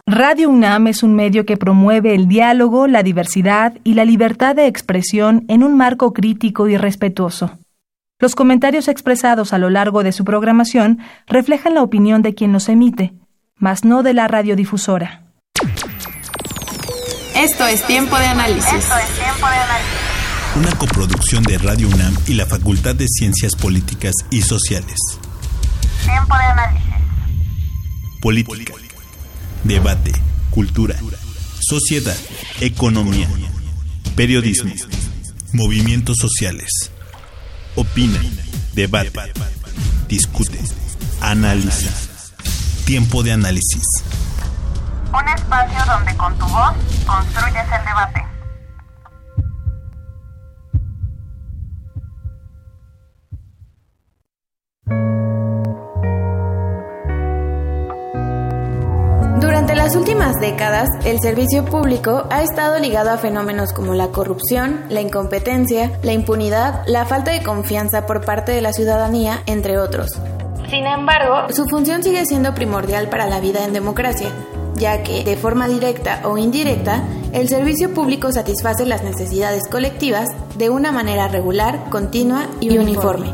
Radio UNAM es un medio que promueve el diálogo, la diversidad y la libertad de expresión en un marco crítico y respetuoso. Los comentarios expresados a lo largo de su programación reflejan la opinión de quien los emite, mas no de la radiodifusora. Esto es Tiempo de Análisis. Una coproducción de Radio UNAM y la Facultad de Ciencias Políticas y Sociales. Tiempo de Análisis. Política, debate, cultura, sociedad, economía, periodismo, movimientos sociales. Opina, debate, discute, analiza. Tiempo de Análisis. Un espacio donde con tu voz construyes el debate. Durante las últimas décadas, el servicio público ha estado ligado a fenómenos como la corrupción, la incompetencia, la impunidad, la falta de confianza por parte de la ciudadanía, entre otros. Sin embargo, su función sigue siendo primordial para la vida en democracia, ya que, de forma directa o indirecta, el servicio público satisface las necesidades colectivas de una manera regular, continua y uniforme.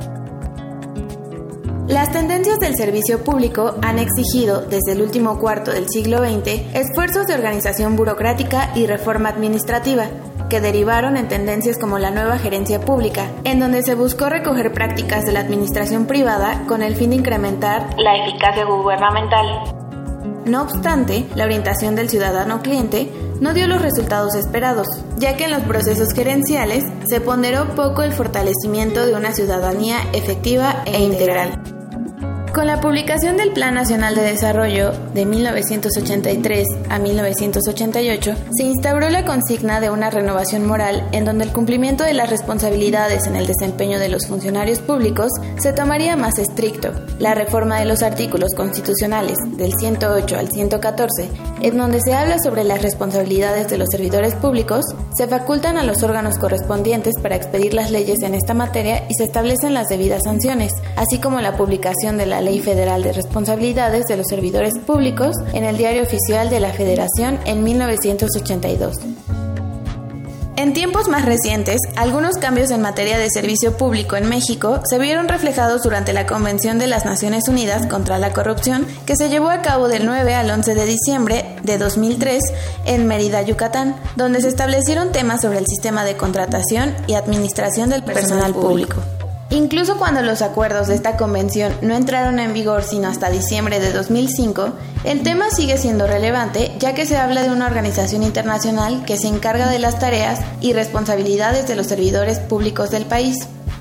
Las tendencias del servicio público han exigido, desde el último cuarto del siglo XX, esfuerzos de organización burocrática y reforma administrativa, que derivaron en tendencias como la nueva gerencia pública, en donde se buscó recoger prácticas de la administración privada con el fin de incrementar la eficacia gubernamental. No obstante, la orientación del ciudadano cliente no dio los resultados esperados, ya que en los procesos gerenciales se ponderó poco el fortalecimiento de una ciudadanía efectiva e integral. Con la publicación del Plan Nacional de Desarrollo de 1983 a 1988, se instauró la consigna de una renovación moral en donde el cumplimiento de las responsabilidades en el desempeño de los funcionarios públicos se tomaría más estricto. La reforma de los artículos constitucionales del 108 al 114, en donde se habla sobre las responsabilidades de los servidores públicos, se facultan a los órganos correspondientes para expedir las leyes en esta materia y se establecen las debidas sanciones, así como la publicación de la Ley Federal de Responsabilidades de los Servidores Públicos en el Diario Oficial de la Federación en 1982. En tiempos más recientes, algunos cambios en materia de servicio público en México se vieron reflejados durante la Convención de las Naciones Unidas contra la Corrupción, que se llevó a cabo del 9 al 11 de diciembre de 2003 en Mérida, Yucatán, donde se establecieron temas sobre el sistema de contratación y administración del personal público. Incluso cuando los acuerdos de esta convención no entraron en vigor sino hasta diciembre de 2005, el tema sigue siendo relevante, ya que se habla de una organización internacional que se encarga de las tareas y responsabilidades de los servidores públicos del país.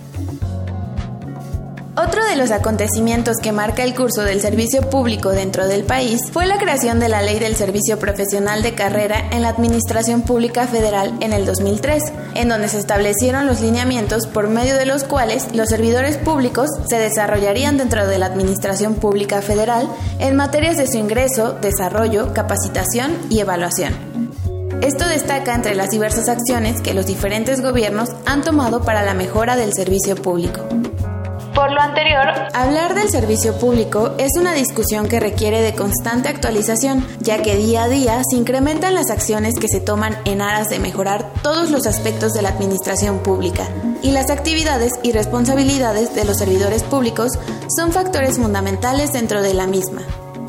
Otro de los acontecimientos que marca el curso del servicio público dentro del país fue la creación de la Ley del Servicio Profesional de Carrera en la Administración Pública Federal en el 2003, en donde se establecieron los lineamientos por medio de los cuales los servidores públicos se desarrollarían dentro de la Administración Pública Federal en materias de su ingreso, desarrollo, capacitación y evaluación. Esto destaca entre las diversas acciones que los diferentes gobiernos han tomado para la mejora del servicio público. Por lo anterior, hablar del servicio público es una discusión que requiere de constante actualización, ya que día a día se incrementan las acciones que se toman en aras de mejorar todos los aspectos de la administración pública, y las actividades y responsabilidades de los servidores públicos son factores fundamentales dentro de la misma.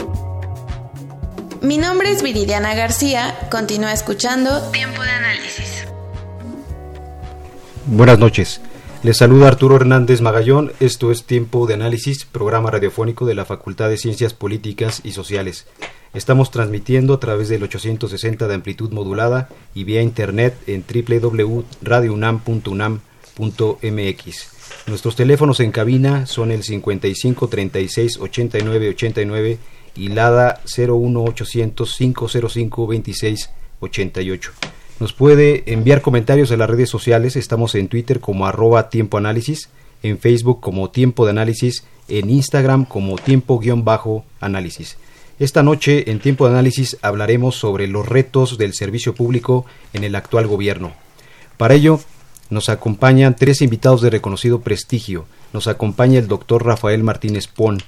Mi nombre es Viridiana García, continúa escuchando Tiempo de Análisis. Buenas noches. Les saluda Arturo Hernández Magallón. Esto es Tiempo de Análisis, programa radiofónico de la Facultad de Ciencias Políticas y Sociales. Estamos transmitiendo a través del 860 de amplitud modulada y vía internet en www.radiounam.unam.mx. Nuestros teléfonos en cabina son el 55 36 89 89 y LADA 01800 505 26 88. Nos puede enviar comentarios a las redes sociales. Estamos en Twitter como @tiempoanálisis, en Facebook como Tiempo de Análisis, en Instagram como Tiempo_Análisis. Esta noche en Tiempo de Análisis hablaremos sobre los retos del servicio público en el actual gobierno. Para ello nos acompañan tres invitados de reconocido prestigio. Nos acompaña el doctor Rafael Martínez Pon,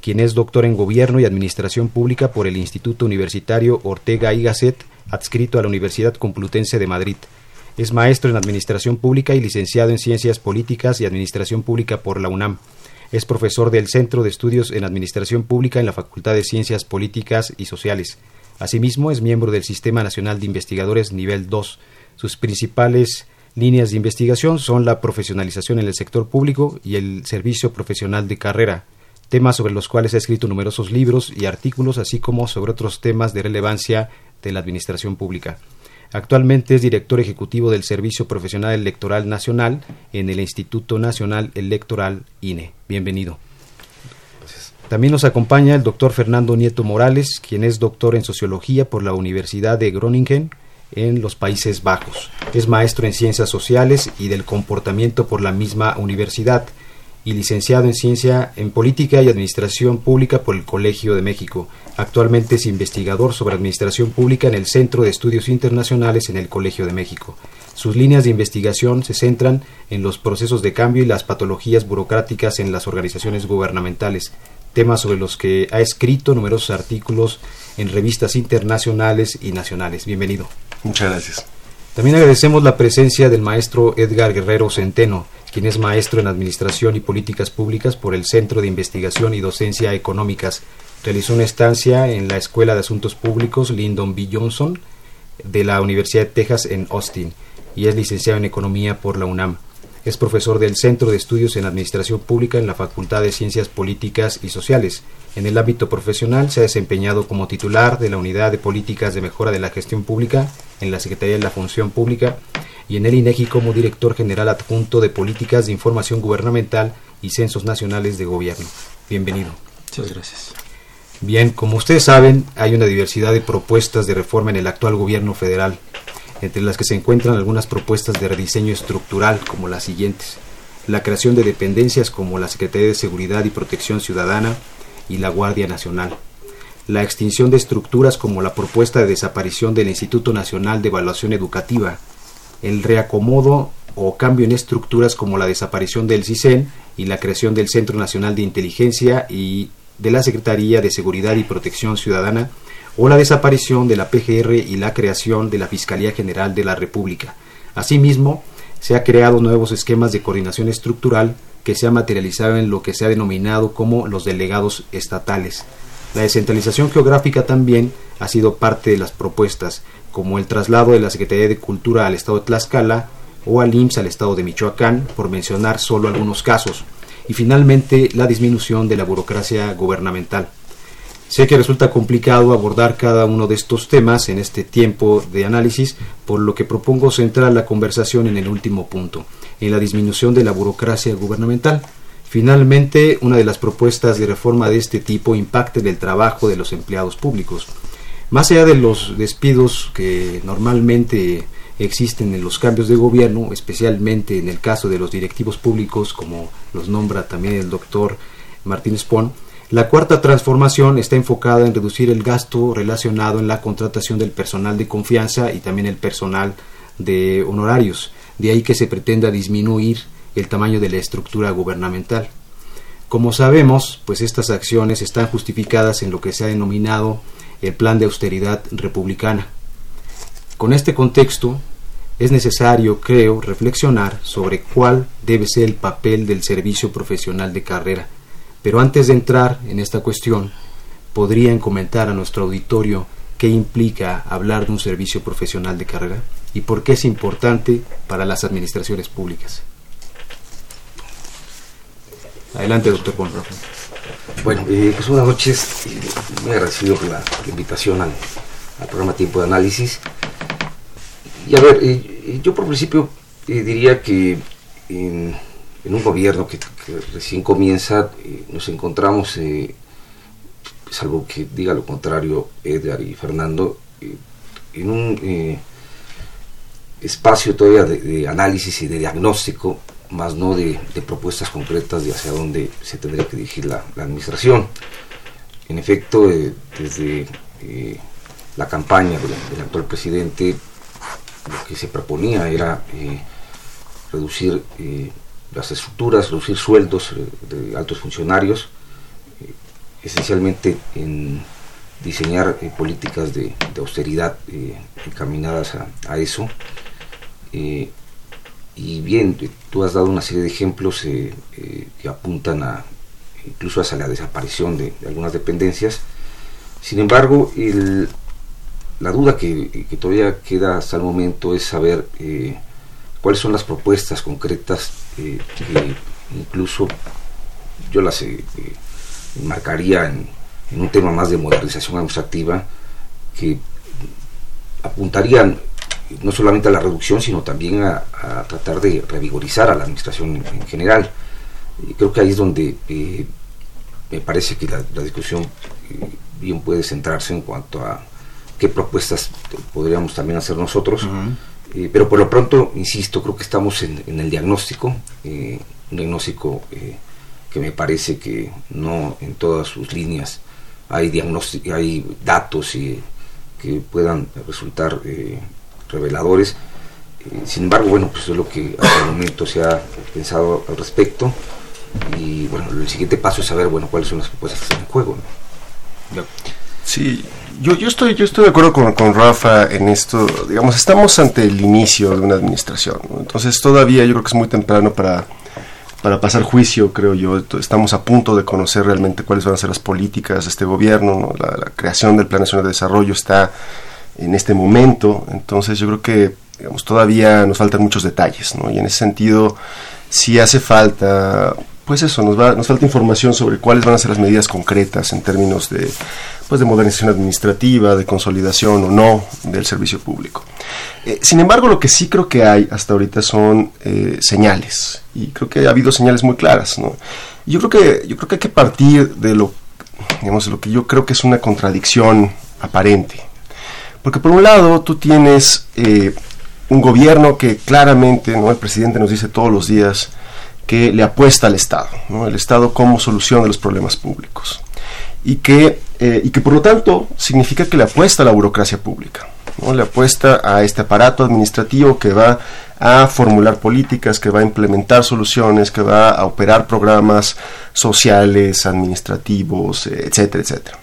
quien es doctor en Gobierno y Administración Pública por el Instituto Universitario Ortega y Gasset, adscrito a la Universidad Complutense de Madrid. Es maestro en Administración Pública y licenciado en Ciencias Políticas y Administración Pública por la UNAM. Es profesor del Centro de Estudios en Administración Pública en la Facultad de Ciencias Políticas y Sociales. Asimismo, es miembro del Sistema Nacional de Investigadores Nivel 2. Sus principales líneas de investigación son la profesionalización en el sector público y el servicio profesional de carrera, temas sobre los cuales ha escrito numerosos libros y artículos, así como sobre otros temas de relevancia de la administración pública. Actualmente es director ejecutivo del Servicio Profesional Electoral Nacional en el Instituto Nacional Electoral INE. Bienvenido. Gracias. También nos acompaña el doctor Fernando Nieto Morales, quien es doctor en Sociología por la Universidad de Groningen en los Países Bajos. Es maestro en Ciencias Sociales y del Comportamiento por la misma universidad y licenciado en Ciencia en Política y Administración Pública por el Colegio de México. Actualmente es investigador sobre Administración Pública en el Centro de Estudios Internacionales en el Colegio de México. Sus líneas de investigación se centran en los procesos de cambio y las patologías burocráticas en las organizaciones gubernamentales, temas sobre los que ha escrito numerosos artículos en revistas internacionales y nacionales. Bienvenido. Muchas gracias. También agradecemos la presencia del maestro Edgar Guerrero Centeno, quien es maestro en Administración y Políticas Públicas por el Centro de Investigación y Docencia Económicas. Realizó una estancia en la Escuela de Asuntos Públicos Lyndon B. Johnson de la Universidad de Texas en Austin y es licenciado en Economía por la UNAM. Es profesor del Centro de Estudios en Administración Pública en la Facultad de Ciencias Políticas y Sociales. En el ámbito profesional se ha desempeñado como titular de la Unidad de Políticas de Mejora de la Gestión Pública en la Secretaría de la Función Pública y en el INEGI como Director General Adjunto de Políticas de Información Gubernamental y Censos Nacionales de Gobierno. Bienvenido. Muchas gracias. Bien, como ustedes saben, hay una diversidad de propuestas de reforma en el actual gobierno federal, entre las que se encuentran algunas propuestas de rediseño estructural como las siguientes: la creación de dependencias como la Secretaría de Seguridad y Protección Ciudadana y la Guardia Nacional, la extinción de estructuras como la propuesta de desaparición del Instituto Nacional de Evaluación Educativa, el reacomodo o cambio en estructuras como la desaparición del CISEN y la creación del Centro Nacional de Inteligencia y de la Secretaría de Seguridad y Protección Ciudadana, o la desaparición de la PGR y la creación de la Fiscalía General de la República. Asimismo, se ha creado nuevos esquemas de coordinación estructural que se ha materializado en lo que se ha denominado como los delegados estatales. La descentralización geográfica también ha sido parte de las propuestas, como el traslado de la Secretaría de Cultura al Estado de Tlaxcala o al IMSS al Estado de Michoacán, por mencionar solo algunos casos. Y finalmente, la disminución de la burocracia gubernamental. Sé que resulta complicado abordar cada uno de estos temas en este tiempo de análisis, por lo que propongo centrar la conversación en el último punto, en la disminución de la burocracia gubernamental. Finalmente, una de las propuestas de reforma de este tipo impacta en el trabajo de los empleados públicos. Más allá de los despidos que normalmente existen en los cambios de gobierno, especialmente en el caso de los directivos públicos, como los nombra también el doctor Martínez Pon, la cuarta transformación está enfocada en reducir el gasto relacionado en la contratación del personal de confianza y también el personal de honorarios. De ahí que se pretenda disminuir el tamaño de la estructura gubernamental. Como sabemos, pues estas acciones están justificadas en lo que se ha denominado el Plan de Austeridad Republicana. Con este contexto, es necesario, creo, reflexionar sobre cuál debe ser el papel del servicio profesional de carrera. Pero antes de entrar en esta cuestión, ¿podrían comentar a nuestro auditorio qué implica hablar de un servicio profesional de carrera y por qué es importante para las administraciones públicas? Adelante, doctor Pon. Bueno, pues buenas noches. Muy agradecido por la invitación al programa Tiempo de Análisis. Y a ver, yo por principio diría que en un gobierno que recién comienza, nos encontramos, salvo que diga lo contrario Edgar y Fernando, en un espacio todavía de análisis y de diagnóstico, más no de propuestas concretas de hacia dónde se tendría que dirigir la administración. En efecto, desde la campaña del actual presidente, lo que se proponía era reducir las estructuras, reducir sueldos de altos funcionarios, esencialmente en diseñar políticas de austeridad encaminadas a eso. Y bien, tú has dado una serie de ejemplos que apuntan incluso hacia la desaparición de algunas dependencias. Sin embargo, la duda que todavía queda hasta el momento es saber cuáles son las propuestas concretas que incluso yo las marcaría en un tema más de modernización administrativa, que apuntarían no solamente a la reducción, sino también a tratar de revigorizar a la administración en general. Creo que ahí es donde me parece que la discusión bien puede centrarse en cuanto a qué propuestas podríamos también hacer nosotros. Pero por lo pronto, insisto, creo que estamos en el diagnóstico, un diagnóstico que me parece que no en todas sus líneas hay datos que puedan resultar reveladores. Sin embargo, bueno, pues es lo que hasta el momento se ha pensado al respecto, y bueno, el siguiente paso es saber, bueno, cuáles son las propuestas que están en juego, ¿no? Sí, yo estoy de acuerdo con Rafa en esto. Digamos, estamos ante el inicio de una administración, ¿no? Entonces todavía yo creo que es muy temprano para pasar juicio, creo yo. Estamos a punto de conocer realmente cuáles van a ser las políticas de este gobierno, ¿no? La creación del Plan Nacional de Desarrollo está en este momento. Entonces yo creo que, digamos, todavía nos faltan muchos detalles, ¿no? Y en ese sentido sí hace falta, pues eso, nos falta información sobre cuáles van a ser las medidas concretas en términos de modernización administrativa, de consolidación o no del servicio público. Sin embargo, lo que sí creo que hay hasta ahorita son señales, y creo que ha habido señales muy claras, ¿no? Y yo creo que hay que partir de lo que yo creo que es una contradicción aparente, porque por un lado tú tienes un gobierno que claramente, ¿no?, el presidente nos dice todos los días que le apuesta al Estado, ¿no?, el Estado como solución de los problemas públicos, y que por lo tanto significa que le apuesta a la burocracia pública, ¿no?, le apuesta a este aparato administrativo que va a formular políticas, que va a implementar soluciones, que va a operar programas sociales, administrativos, etcétera, etcétera.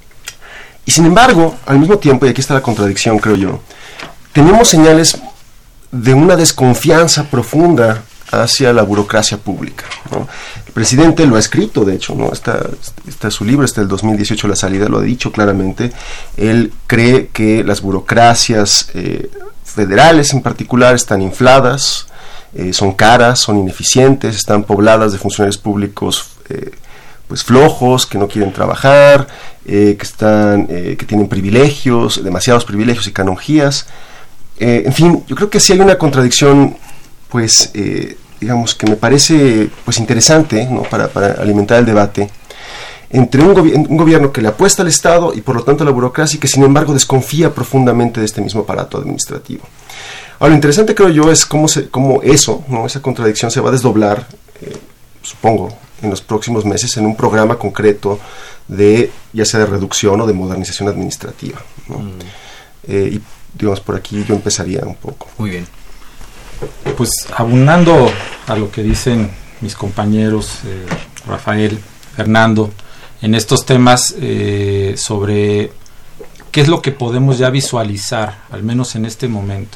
Y sin embargo, al mismo tiempo, y aquí está la contradicción, creo yo, tenemos señales de una desconfianza profunda hacia la burocracia pública, ¿no? El presidente lo ha escrito, de hecho, ¿no? Está su libro, está el 2018, La Salida, lo ha dicho claramente. Él cree que las burocracias federales en particular están infladas, son caras, son ineficientes, están pobladas de funcionarios públicos pues flojos, que no quieren trabajar, que tienen privilegios, demasiados privilegios y canonjías. En fin, yo creo que sí hay una contradicción, pues, digamos, que me parece pues interesante, ¿no?, para alimentar el debate, entre un gobierno que le apuesta al Estado y por lo tanto a la burocracia, y que sin embargo desconfía profundamente de este mismo aparato administrativo. Ahora, lo interesante, creo yo, es cómo eso, ¿no?, esa contradicción se va a desdoblar, supongo, en los próximos meses en un programa concreto ya sea de reducción o de modernización administrativa, ¿no? Y digamos, por aquí yo empezaría un poco. Muy bien. Pues abundando a lo que dicen mis compañeros Rafael, Fernando, en estos temas sobre qué es lo que podemos ya visualizar, al menos en este momento,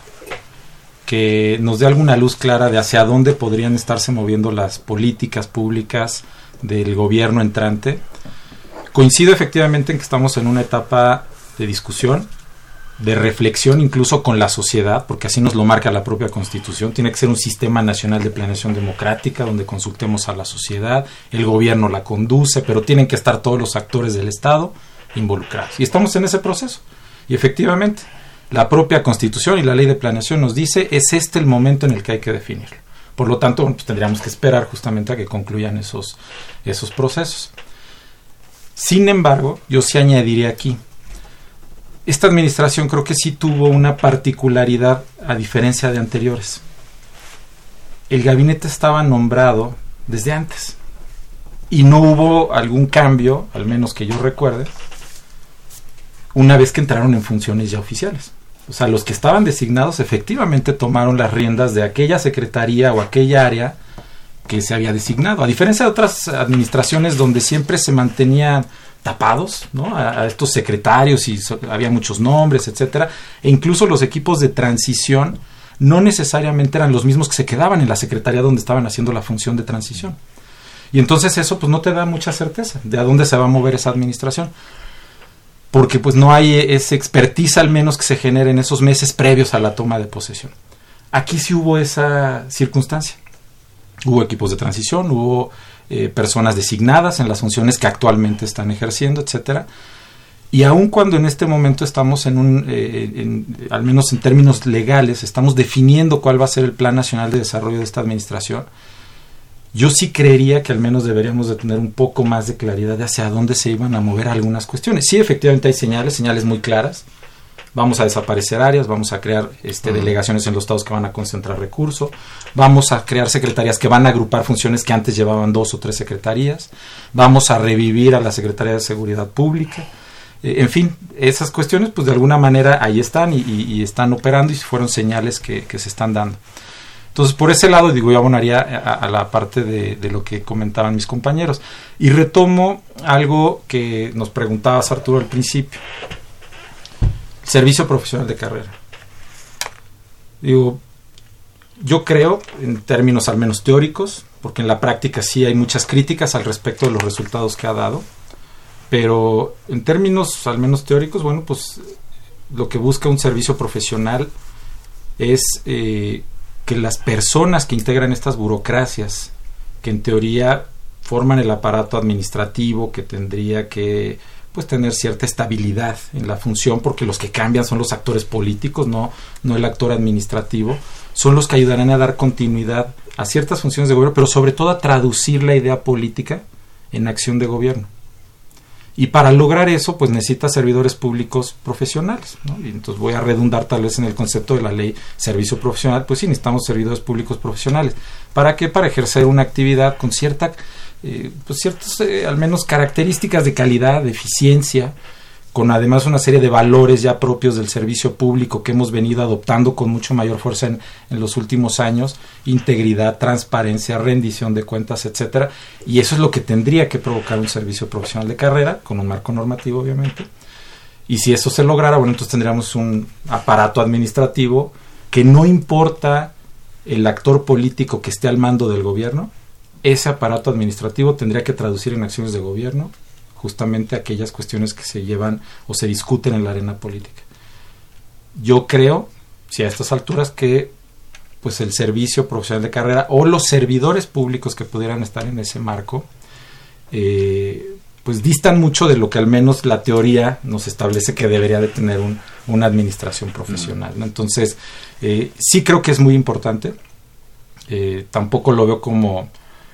que nos dé alguna luz clara de hacia dónde podrían estarse moviendo las políticas públicas del gobierno entrante. Coincido efectivamente en que estamos en una etapa de discusión, de reflexión incluso con la sociedad, porque así nos lo marca la propia Constitución. Tiene que ser un sistema nacional de planeación democrática donde consultemos a la sociedad, el gobierno la conduce, pero tienen que estar todos los actores del Estado involucrados. Y estamos en ese proceso. Y efectivamente, la propia Constitución y la Ley de Planeación nos dice, es este el momento en el que hay que definirlo. Por lo tanto, pues tendríamos que esperar justamente a que concluyan esos procesos. Sin embargo, yo sí añadiría aquí, esta administración creo que sí tuvo una particularidad a diferencia de anteriores. El gabinete estaba nombrado desde antes y no hubo algún cambio, al menos que yo recuerde, una vez que entraron en funciones ya oficiales. O sea, los que estaban designados efectivamente tomaron las riendas de aquella secretaría o aquella área que se había designado, a diferencia de otras administraciones donde siempre se mantenía tapados, ¿no? A estos secretarios y había muchos nombres, etcétera, e incluso los equipos de transición no necesariamente eran los mismos que se quedaban en la secretaría donde estaban haciendo la función de transición. Y entonces eso pues no te da mucha certeza de a dónde se va a mover esa administración, porque pues no hay esa expertise al menos que se genere en esos meses previos a la toma de posesión. Aquí sí hubo esa circunstancia. Hubo equipos de transición, hubo personas designadas en las funciones que actualmente están ejerciendo, etcétera. Y aun cuando en este momento estamos al menos en términos legales, estamos definiendo cuál va a ser el Plan Nacional de Desarrollo de esta administración, yo sí creería que al menos deberíamos de tener un poco más de claridad de hacia dónde se iban a mover algunas cuestiones. Sí, efectivamente hay señales muy claras. Vamos a desaparecer áreas, vamos a crear delegaciones en los estados que van a concentrar recursos, vamos a crear secretarías que van a agrupar funciones que antes llevaban 2 o 3 secretarías, vamos a revivir a la Secretaría de Seguridad Pública. En fin, esas cuestiones pues de alguna manera ahí están y están operando y fueron señales que se están dando. Entonces, por ese lado, digo, yo abonaría a la parte de lo que comentaban mis compañeros. Y retomo algo que nos preguntabas, Arturo, al principio. Servicio profesional de carrera. Digo, yo creo, en términos al menos teóricos, porque en la práctica sí hay muchas críticas al respecto de los resultados que ha dado, pero en términos al menos teóricos, bueno, pues lo que busca un servicio profesional es que las personas que integran estas burocracias, que en teoría forman el aparato administrativo, que tendría que pues tener cierta estabilidad en la función, porque los que cambian son los actores políticos, no el actor administrativo, son los que ayudarán a dar continuidad a ciertas funciones de gobierno, pero sobre todo a traducir la idea política en acción de gobierno. Y para lograr eso, pues necesita servidores públicos profesionales, ¿no? Y entonces voy a redundar tal vez en el concepto de la ley servicio profesional, pues sí, necesitamos servidores públicos profesionales. ¿Para qué? Para ejercer una actividad con ciertas al menos características de calidad, de eficiencia, con además una serie de valores ya propios del servicio público que hemos venido adoptando con mucho mayor fuerza en los últimos años: integridad, transparencia, rendición de cuentas, etcétera. Y eso es lo que tendría que provocar un servicio profesional de carrera, con un marco normativo, obviamente. Y si eso se lograra, bueno, entonces tendríamos un aparato administrativo que, no importa el actor político que esté al mando del gobierno, ese aparato administrativo tendría que traducir en acciones de gobierno justamente aquellas cuestiones que se llevan o se discuten en la arena política. Yo creo, si a estas alturas, que pues el servicio profesional de carrera o los servidores públicos que pudieran estar en ese marco pues distan mucho de lo que al menos la teoría nos establece que debería de tener una administración profesional, ¿no? Entonces sí creo que es muy importante. Tampoco lo veo como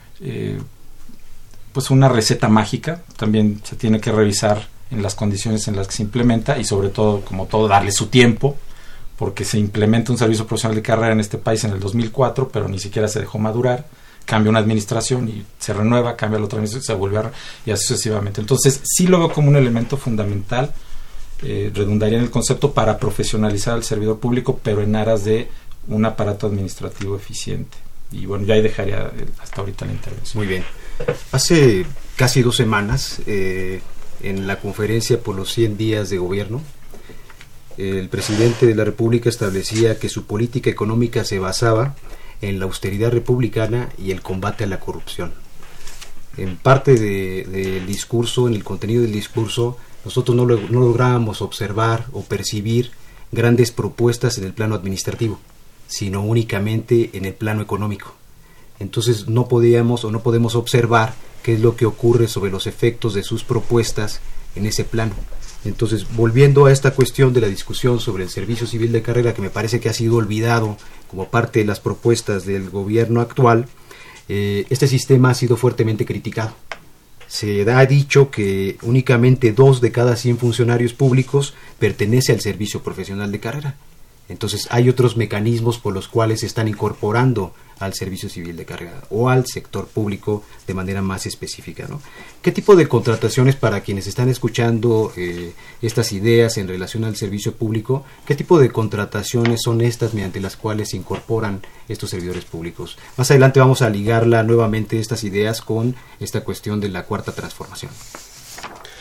pues una receta mágica. También se tiene que revisar en las condiciones en las que se implementa y sobre todo, como todo, darle su tiempo, porque se implementa un servicio profesional de carrera en este país en el 2004, pero ni siquiera se dejó madurar. Cambia una administración y se renueva, cambia la otra administración, se vuelve y así sucesivamente. Entonces sí lo veo como un elemento fundamental, redundaría en el concepto, para profesionalizar al servidor público, pero en aras de un aparato administrativo eficiente. Y bueno, ya ahí dejaría hasta ahorita la intervención. Muy bien. Hace casi 2 semanas, en la conferencia por los 100 días de gobierno, el presidente de la República establecía que su política económica se basaba en la austeridad republicana y el combate a la corrupción. En parte del discurso, en el contenido del discurso, nosotros no lográbamos observar o percibir grandes propuestas en el plano administrativo, sino únicamente en el plano económico. Entonces no podemos observar qué es lo que ocurre sobre los efectos de sus propuestas en ese plano. Entonces, volviendo a esta cuestión de la discusión sobre el servicio civil de carrera, que me parece que ha sido olvidado como parte de las propuestas del gobierno actual, este sistema ha sido fuertemente criticado. Se ha dicho que únicamente 2 de cada 100 funcionarios públicos pertenece al servicio profesional de carrera. Entonces hay otros mecanismos por los cuales se están incorporando al servicio civil de carrera o al sector público de manera más específica, ¿no? ¿Qué tipo de contrataciones, para quienes están escuchando estas ideas en relación al servicio público, qué tipo de contrataciones son estas mediante las cuales se incorporan estos servidores públicos? Más adelante vamos a ligarla nuevamente estas ideas con esta cuestión de la cuarta transformación.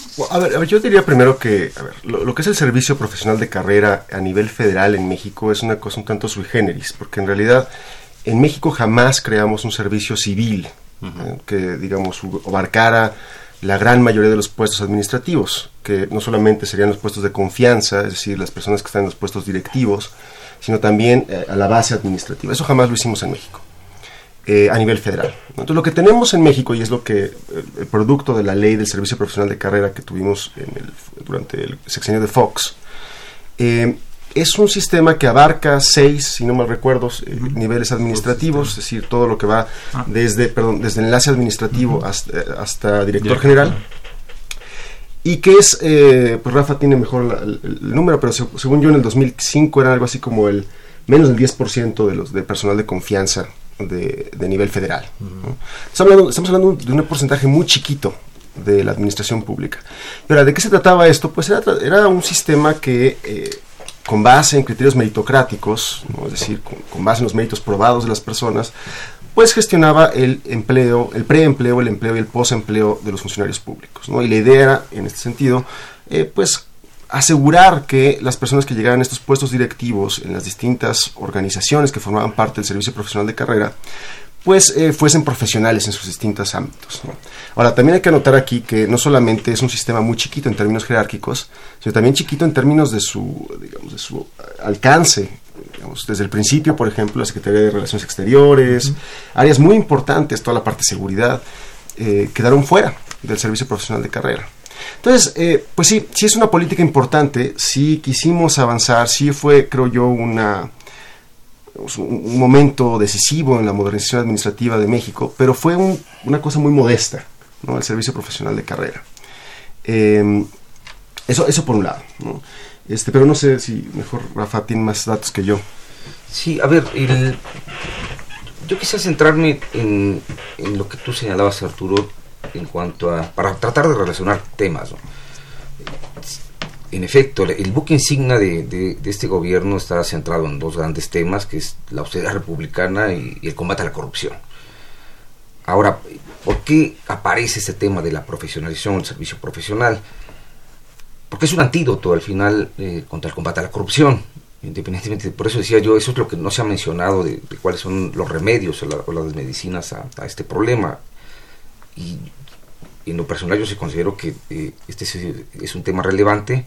A ver, yo diría primero que lo que es el servicio profesional de carrera a nivel federal en México es una cosa un tanto sui generis, porque en realidad en México jamás creamos un servicio civil que, digamos, abarcara la gran mayoría de los puestos administrativos, que no solamente serían los puestos de confianza, es decir, las personas que están en los puestos directivos, sino también a la base administrativa. Eso jamás lo hicimos en México. A nivel federal. Entonces, lo que tenemos en México, y es lo que el producto de la ley del servicio profesional de carrera que tuvimos durante el sexenio de Fox, es un sistema que abarca 6, si no mal recuerdo, niveles administrativos, es decir, todo lo que va desde enlace administrativo hasta director general, y que es, pues Rafa tiene mejor el número, pero según yo en el 2005 era algo así como el menos del 10% de personal de confianza de nivel federal, ¿no? Estamos hablando de un porcentaje muy chiquito de la administración pública. Y ahora, ¿de qué se trataba esto? Pues era un sistema que, con base en criterios meritocráticos, ¿no? Es decir, con base en los méritos probados de las personas, pues gestionaba el empleo, el preempleo, el empleo y el posempleo de los funcionarios públicos, ¿no? Y la idea era, en este sentido, pues asegurar que las personas que llegaran a estos puestos directivos en las distintas organizaciones que formaban parte del servicio profesional de carrera, pues fuesen profesionales en sus distintos ámbitos, ¿no? Ahora, también hay que anotar aquí que no solamente es un sistema muy chiquito en términos jerárquicos, sino también chiquito en términos de su alcance. Digamos, desde el principio, por ejemplo, la Secretaría de Relaciones Exteriores, áreas muy importantes, toda la parte de seguridad, quedaron fuera del servicio profesional de carrera. Entonces, pues sí es una política importante, sí quisimos avanzar, sí fue, creo yo, un momento decisivo en la modernización administrativa de México, pero fue una cosa muy modesta, ¿no? El servicio profesional de carrera. Eso por un lado, ¿no? Pero no sé si mejor Rafa tiene más datos que yo. Sí, a ver, yo quisiera centrarme en lo que tú señalabas, Arturo, en cuanto para tratar de relacionar temas, ¿no? En efecto, el buque insignia de este gobierno está centrado en dos grandes temas, que es la austeridad republicana y el combate a la corrupción. Ahora, ¿por qué aparece este tema de la profesionalización del servicio profesional? Porque es un antídoto al final contra el combate a la corrupción, independientemente. Por eso decía yo, eso es lo que no se ha mencionado de cuáles son los remedios o las medicinas a este problema. Y en lo personal yo sí considero que este es un tema relevante,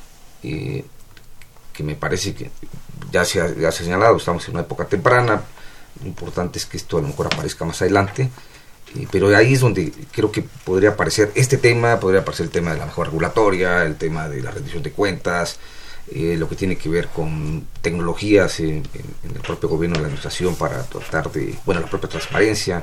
que me parece que ya se ha señalado, estamos en una época temprana, lo importante es que esto a lo mejor aparezca más adelante, pero ahí es donde creo que podría aparecer este tema, podría aparecer el tema de la mejora regulatoria, el tema de la rendición de cuentas, lo que tiene que ver con tecnologías en el propio gobierno de la administración para tratar la propia transparencia,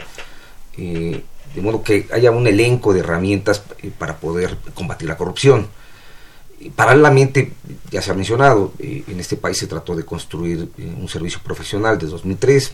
de modo que haya un elenco de herramientas para poder combatir la corrupción. Paralelamente, ya se ha mencionado, en este país se trató de construir un servicio profesional desde 2003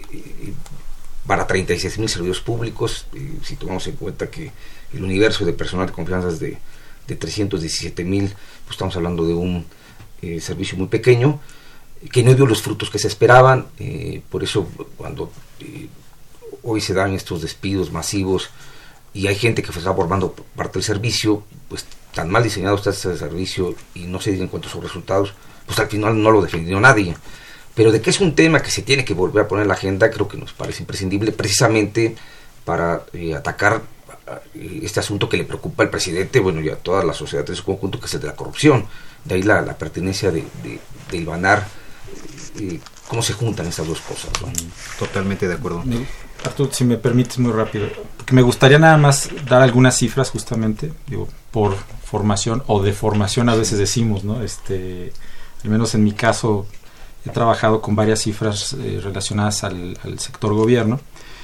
para 36,000 servidores públicos, si tomamos en cuenta que el universo de personal de confianza es de 317,000, pues estamos hablando de un servicio muy pequeño, que no dio los frutos que se esperaban. Por eso cuando hoy se dan estos despidos masivos y hay gente que está formando parte del servicio, pues tan mal diseñado está este servicio y no se dieron cuenta de sus resultados, pues al final no lo defendió nadie. Pero de que es un tema que se tiene que volver a poner en la agenda, creo que nos parece imprescindible, precisamente para atacar este asunto que le preocupa al presidente, bueno, y a toda la sociedad en su conjunto, que es el de la corrupción. De ahí la pertinencia de hilvanar cómo se juntan estas dos cosas, ¿no? Totalmente de acuerdo. Arturo, si me permites muy rápido, porque me gustaría nada más dar algunas cifras justamente, por formación o de formación a veces decimos, ¿no? Al menos en mi caso he trabajado con varias cifras relacionadas al sector gobierno,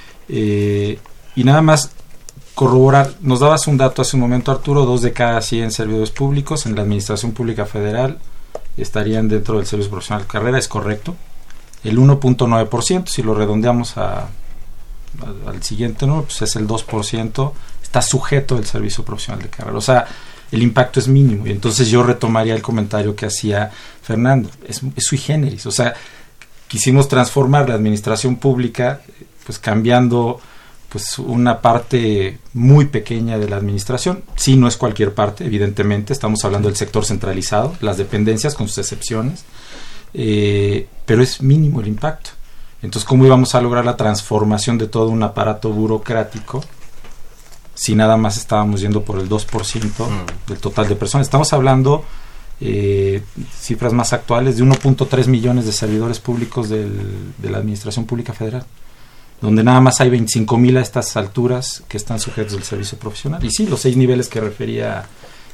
y nada más corroborar, nos dabas un dato hace un momento, Arturo, 2 de cada 100 servidores públicos en la administración pública federal estarían dentro del servicio profesional de carrera, ¿es correcto? El 1.9%, si lo redondeamos al siguiente número, pues es el 2%, está sujeto del servicio profesional de carrera. O sea, el impacto es mínimo. Y entonces yo retomaría el comentario que hacía Fernando. Es sui generis. O sea, quisimos transformar la administración pública, pues cambiando pues una parte muy pequeña de la administración. Sí, no es cualquier parte, evidentemente, estamos hablando del sector centralizado, las dependencias con sus excepciones, pero es mínimo el impacto. Entonces, ¿cómo íbamos a lograr la transformación de todo un aparato burocrático si nada más estábamos yendo por el 2% del total de personas? Estamos hablando, cifras más actuales, de 1.3 millones de servidores públicos de la Administración Pública Federal, donde nada más hay 25,000 a estas alturas que están sujetos al servicio profesional. Y sí, los 6 niveles que refería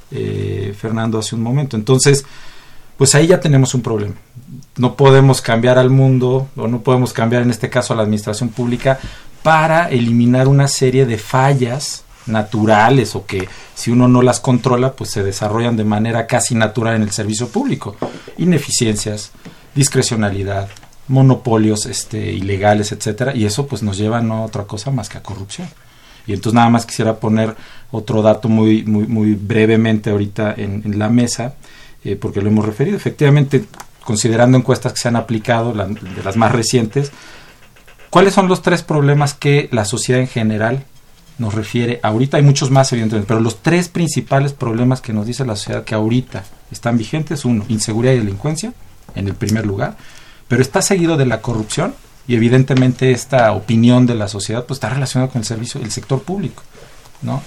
Fernando hace un momento. Entonces, pues ahí ya tenemos un problema. No podemos cambiar al mundo, o no podemos cambiar en este caso a la administración pública para eliminar una serie de fallas naturales, o que si uno no las controla, pues se desarrollan de manera casi natural en el servicio público. Ineficiencias, discrecionalidad, monopolios ilegales, etcétera, y eso pues nos lleva no a otra cosa más que a corrupción. Y entonces nada más quisiera poner otro dato muy brevemente ahorita en la mesa, porque lo hemos referido. Efectivamente, considerando encuestas que se han aplicado, de las más recientes, ¿cuáles son los 3 problemas que la sociedad en general nos refiere? Ahorita hay muchos más, evidentemente, pero los 3 principales problemas que nos dice la sociedad que ahorita están vigentes: 1, inseguridad y delincuencia, en el primer lugar, pero está seguido de la corrupción, y evidentemente esta opinión de la sociedad pues está relacionada con el sector público, ¿no?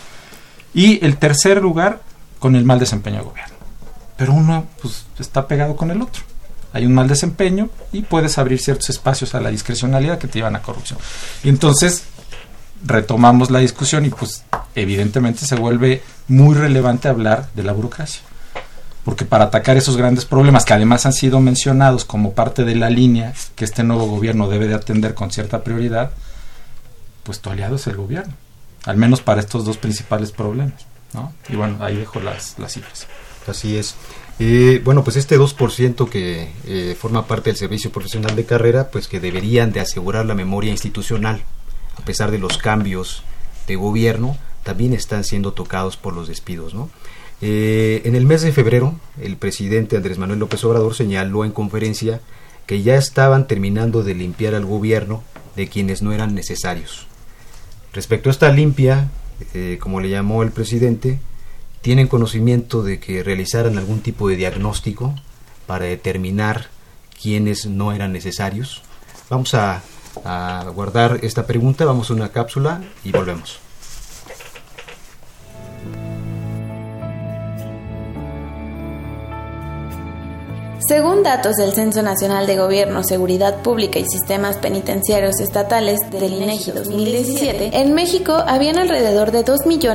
Y el tercer lugar, con el mal desempeño del gobierno. Pero uno pues está pegado con el otro. Hay un mal desempeño y puedes abrir ciertos espacios a la discrecionalidad que te llevan a corrupción. Y entonces retomamos la discusión y pues evidentemente se vuelve muy relevante hablar de la burocracia. Porque para atacar esos grandes problemas, que además han sido mencionados como parte de la línea que este nuevo gobierno debe de atender con cierta prioridad, pues tu aliado es el gobierno, al menos para estos 2 principales problemas, ¿no? Y bueno, ahí dejo las cifras. Así es. Bueno, pues este 2% que forma parte del servicio profesional de carrera, pues que deberían de asegurar la memoria institucional, a pesar de los cambios de gobierno, también están siendo tocados por los despidos, ¿no? En el mes de febrero, el presidente Andrés Manuel López Obrador señaló en conferencia que ya estaban terminando de limpiar al gobierno de quienes no eran necesarios. Respecto a esta limpia, como le llamó el presidente, ¿tienen conocimiento de que realizaran algún tipo de diagnóstico para determinar quiénes no eran necesarios? Vamos a guardar esta pregunta, vamos a una cápsula y volvemos. Según datos del Censo Nacional de Gobierno, Seguridad Pública y Sistemas Penitenciarios Estatales del INEGI 2017, en México habían alrededor de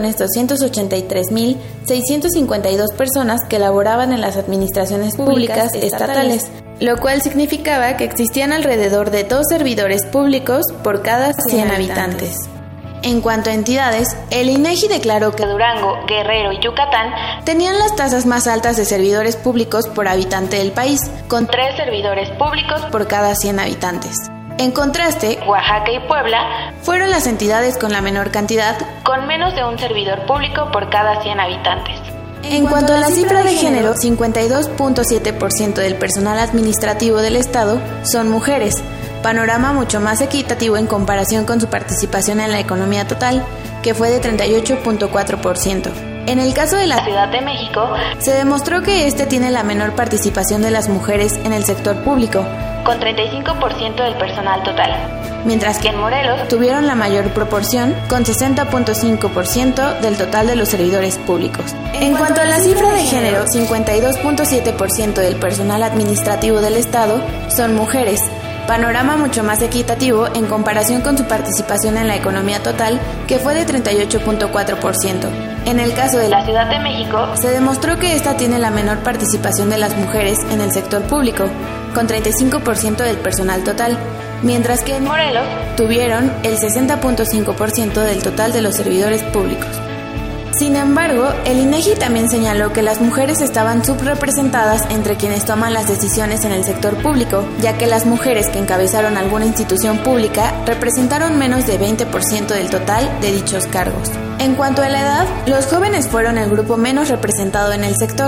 2.283.652 personas que laboraban en las administraciones públicas estatales, lo cual significaba que existían alrededor de 2 servidores públicos por cada 100 habitantes. En cuanto a entidades, el INEGI declaró que Durango, Guerrero y Yucatán tenían las tasas más altas de servidores públicos por habitante del país, con 3 servidores públicos por cada 100 habitantes. En contraste, Oaxaca y Puebla fueron las entidades con la menor cantidad, con menos de un servidor público por cada 100 habitantes. En cuanto a la cifra de género, 52.7% del personal administrativo del Estado son mujeres, panorama mucho más equitativo en comparación con su participación en la economía total, que fue de 38.4%. En el caso de la Ciudad de México, se demostró que este tiene la menor participación de las mujeres en el sector público, con 35% del personal total, mientras que en Morelos tuvieron la mayor proporción, con 60.5% del total de los servidores públicos. En cuanto a la cifra de género, 52.7% del personal administrativo del Estado son mujeres, panorama mucho más equitativo en comparación con su participación en la economía total, que fue de 38.4%. En el caso de la Ciudad de México, se demostró que esta tiene la menor participación de las mujeres en el sector público, con 35% del personal total, mientras que en Morelos tuvieron el 60.5% del total de los servidores públicos. Sin embargo, el INEGI también señaló que las mujeres estaban subrepresentadas entre quienes toman las decisiones en el sector público, ya que las mujeres que encabezaron alguna institución pública representaron menos de 20% del total de dichos cargos. En cuanto a la edad, los jóvenes fueron el grupo menos representado en el sector,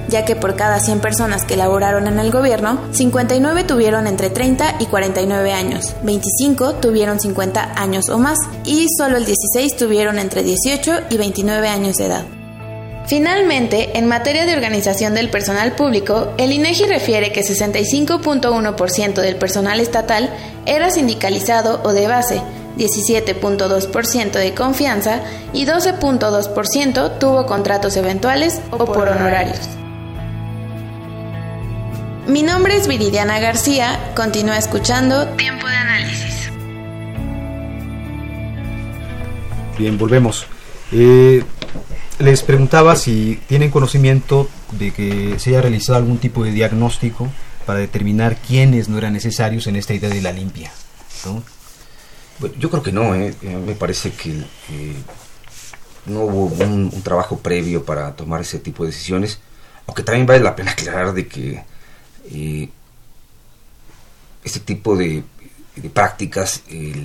ya que por cada 100 personas que laboraron en el gobierno, 59 tuvieron entre 30 y 49 años, 25 tuvieron 50 años o más, y solo el 16 tuvieron entre 18 y 29 años de edad. Finalmente, en materia de organización del personal público, el INEGI refiere que 65.1% del personal estatal era sindicalizado o de base, 17.2% de confianza y 12.2% tuvo contratos eventuales o por honorarios. Mi nombre es Viridiana García, continúa escuchando Tiempo de Análisis. Bien, volvemos. Les preguntaba si tienen conocimiento de que se haya realizado algún tipo de diagnóstico para determinar quiénes no eran necesarios en esta idea de la limpia, ¿no? Bueno, yo creo que no, me parece que no hubo un trabajo previo para tomar ese tipo de decisiones, aunque también vale la pena aclarar de que este tipo de prácticas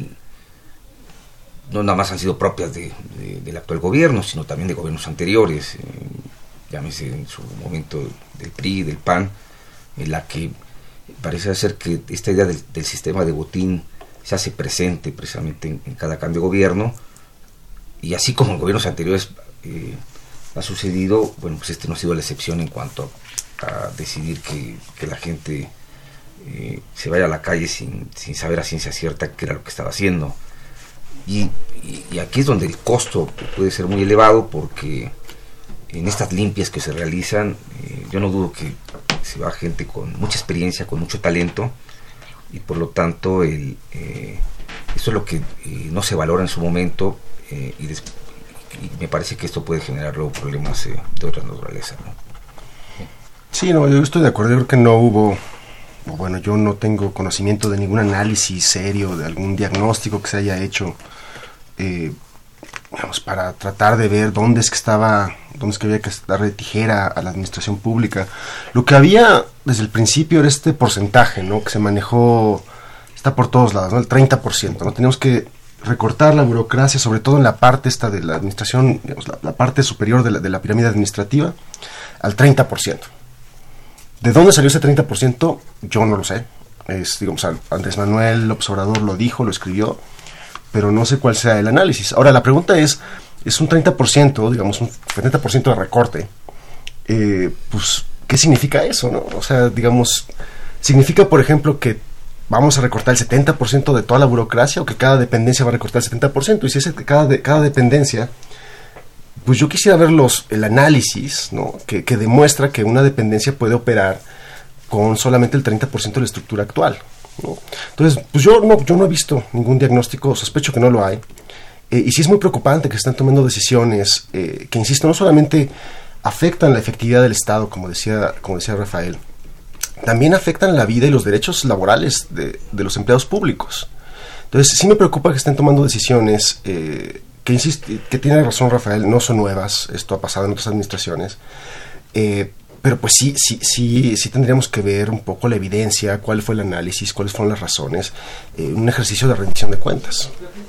no nada más han sido propias del actual gobierno, sino también de gobiernos anteriores, llámese en su momento del PRI, del PAN, en la que parece ser que esta idea del sistema de botín se hace presente precisamente en cada cambio de gobierno, y así como en gobiernos anteriores ha sucedido, bueno, pues este no ha sido la excepción en cuanto a decidir que la gente se vaya a la calle sin saber a ciencia cierta qué era lo que estaba haciendo. Y aquí es donde el costo puede ser muy elevado, porque en estas limpias que se realizan, yo no dudo que se va gente con mucha experiencia, con mucho talento, y por lo tanto eso es lo que no se valora en su momento, y me parece que esto puede generar luego problemas de otra naturaleza, ¿no? Sí, no, yo estoy de acuerdo. Yo creo que no hubo, bueno, yo no tengo conocimiento de ningún análisis serio, de algún diagnóstico que se haya hecho para tratar de ver dónde es que había que darle tijera a la administración pública. Lo que había desde el principio era este porcentaje, ¿no?, que se manejó, está por todos lados, ¿no?, el 30%, ¿no? Teníamos que recortar la burocracia, sobre todo en la parte esta de la administración, digamos, la parte superior de la pirámide administrativa, al 30%. ¿De dónde salió ese 30%? Yo no lo sé. Digamos, Andrés Manuel López Obrador lo dijo, lo escribió, pero no sé cuál sea el análisis. Ahora, la pregunta es un 30%, digamos, un 70% de recorte. Pues, ¿qué significa eso, no? O sea, digamos, ¿significa, por ejemplo, que vamos a recortar el 70% de toda la burocracia, o que cada dependencia va a recortar el 70%? Y si es cada dependencia, pues yo quisiera ver el análisis, ¿no?, que demuestra que una dependencia puede operar con solamente el 30% de la estructura actual, ¿no? Entonces, pues yo no he visto ningún diagnóstico, sospecho que no lo hay, y sí es muy preocupante que están tomando decisiones que, insisto, no solamente afectan la efectividad del Estado, como decía Rafael, también afectan la vida y los derechos laborales de los empleados públicos. Entonces, sí me preocupa que estén tomando decisiones que tiene razón Rafael, no son nuevas, esto ha pasado en otras administraciones, pero pues sí tendríamos que ver un poco la evidencia, cuál fue el análisis, cuáles fueron las razones, un ejercicio de rendición de cuentas.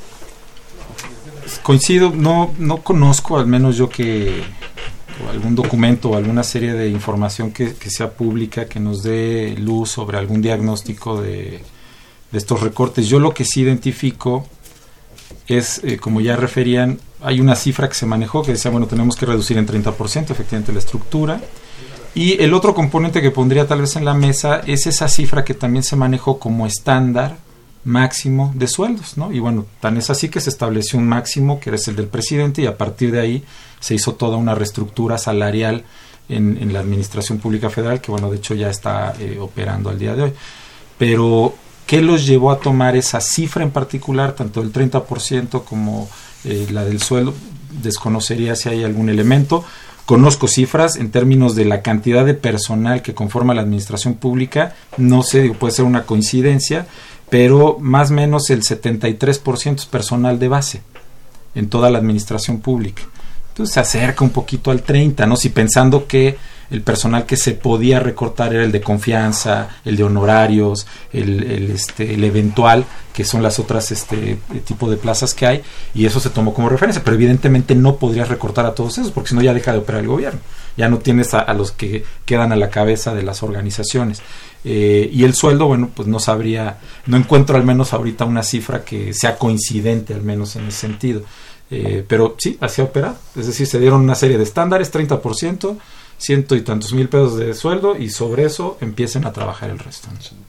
Coincido, no conozco, al menos yo, o algún documento o alguna serie de información que sea pública, que nos dé luz sobre algún diagnóstico de estos recortes. Yo lo que sí identifico es, como ya referían, hay una cifra que se manejó que decía, bueno, tenemos que reducir en 30% efectivamente la estructura, y el otro componente que pondría tal vez en la mesa es esa cifra que también se manejó como estándar máximo de sueldos, ¿no? Y bueno, tan es así que se estableció un máximo que es el del presidente, y a partir de ahí se hizo toda una reestructura salarial en la administración pública federal, que bueno, de hecho ya está operando al día de hoy. Pero ¿qué los llevó a tomar esa cifra en particular, tanto el 30% como la del sueldo? Desconocería si hay algún elemento. Conozco cifras en términos de la cantidad de personal que conforma la administración pública, no sé, puede ser una coincidencia, pero más o menos el 73% es personal de base en toda la administración pública. Entonces se acerca un poquito al 30%, ¿no? Si pensando que el personal que se podía recortar era el de confianza, el de honorarios, el eventual, que son las otras tipo de plazas que hay, y eso se tomó como referencia, pero evidentemente no podrías recortar a todos esos, porque si no ya deja de operar el gobierno, ya no tienes a los que quedan a la cabeza de las organizaciones. Y el sueldo, bueno, pues no encuentro al menos ahorita una cifra que sea coincidente al menos en ese sentido. Pero sí, así ha operado, es decir, se dieron una serie de estándares, 30%, ciento y tantos mil pesos de sueldo, y sobre eso empiecen a trabajar el resto.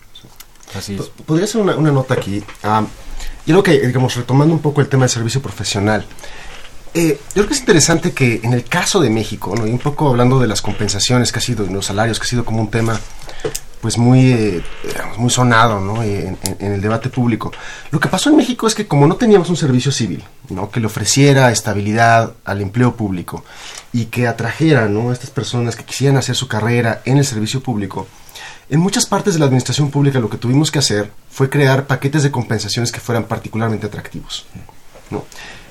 Así es. Podría ser una nota aquí. Yo creo que, digamos, retomando un poco el tema del servicio profesional, yo creo que es interesante que en el caso de México, ¿no? Y un poco hablando de las compensaciones que ha sido, los salarios, que ha sido como un tema pues muy sonado, ¿no? en el debate público. Lo que pasó en México es que como no teníamos un servicio civil, ¿no? Que le ofreciera estabilidad al empleo público y que atrajera, ¿no? a estas personas que quisieran hacer su carrera en el servicio público, en muchas partes de la administración pública lo que tuvimos que hacer fue crear paquetes de compensaciones que fueran particularmente atractivos, ¿no?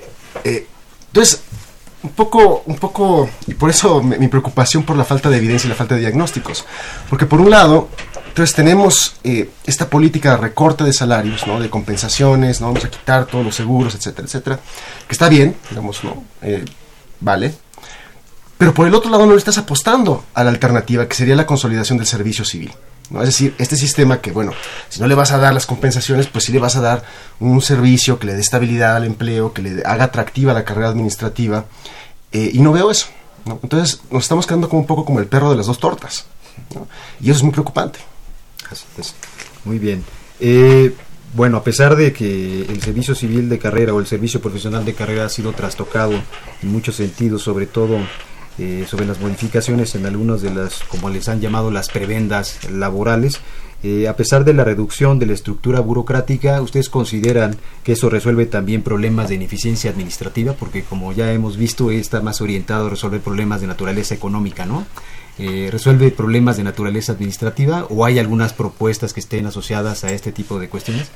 Entonces, un poco, y por eso mi preocupación por la falta de evidencia y la falta de diagnósticos, porque por un lado, entonces tenemos esta política de recorte de salarios, ¿no? De compensaciones, ¿no? Vamos a quitar todos los seguros, etcétera, etcétera, que está bien, digamos, ¿no? Vale, pero por el otro lado no le estás apostando a la alternativa, que sería la consolidación del servicio civil, ¿no? Es decir, este sistema que, bueno, si no le vas a dar las compensaciones, pues sí le vas a dar un servicio que le dé estabilidad al empleo, que le haga atractiva la carrera administrativa, y no veo eso, ¿no? Entonces nos estamos quedando como un poco como el perro de las dos tortas, ¿no? Y eso es muy preocupante. Así es. Muy bien. Bueno, a pesar de que el servicio civil de carrera o el servicio profesional de carrera ha sido trastocado en muchos sentidos, sobre todo sobre las modificaciones en algunas de las, como les han llamado, las prebendas laborales, a pesar de la reducción de la estructura burocrática, ¿ustedes consideran que eso resuelve también problemas de ineficiencia administrativa? Porque como ya hemos visto, está más orientado a resolver problemas de naturaleza económica, ¿no? ¿Resuelve problemas de naturaleza administrativa o hay algunas propuestas que estén asociadas a este tipo de cuestiones?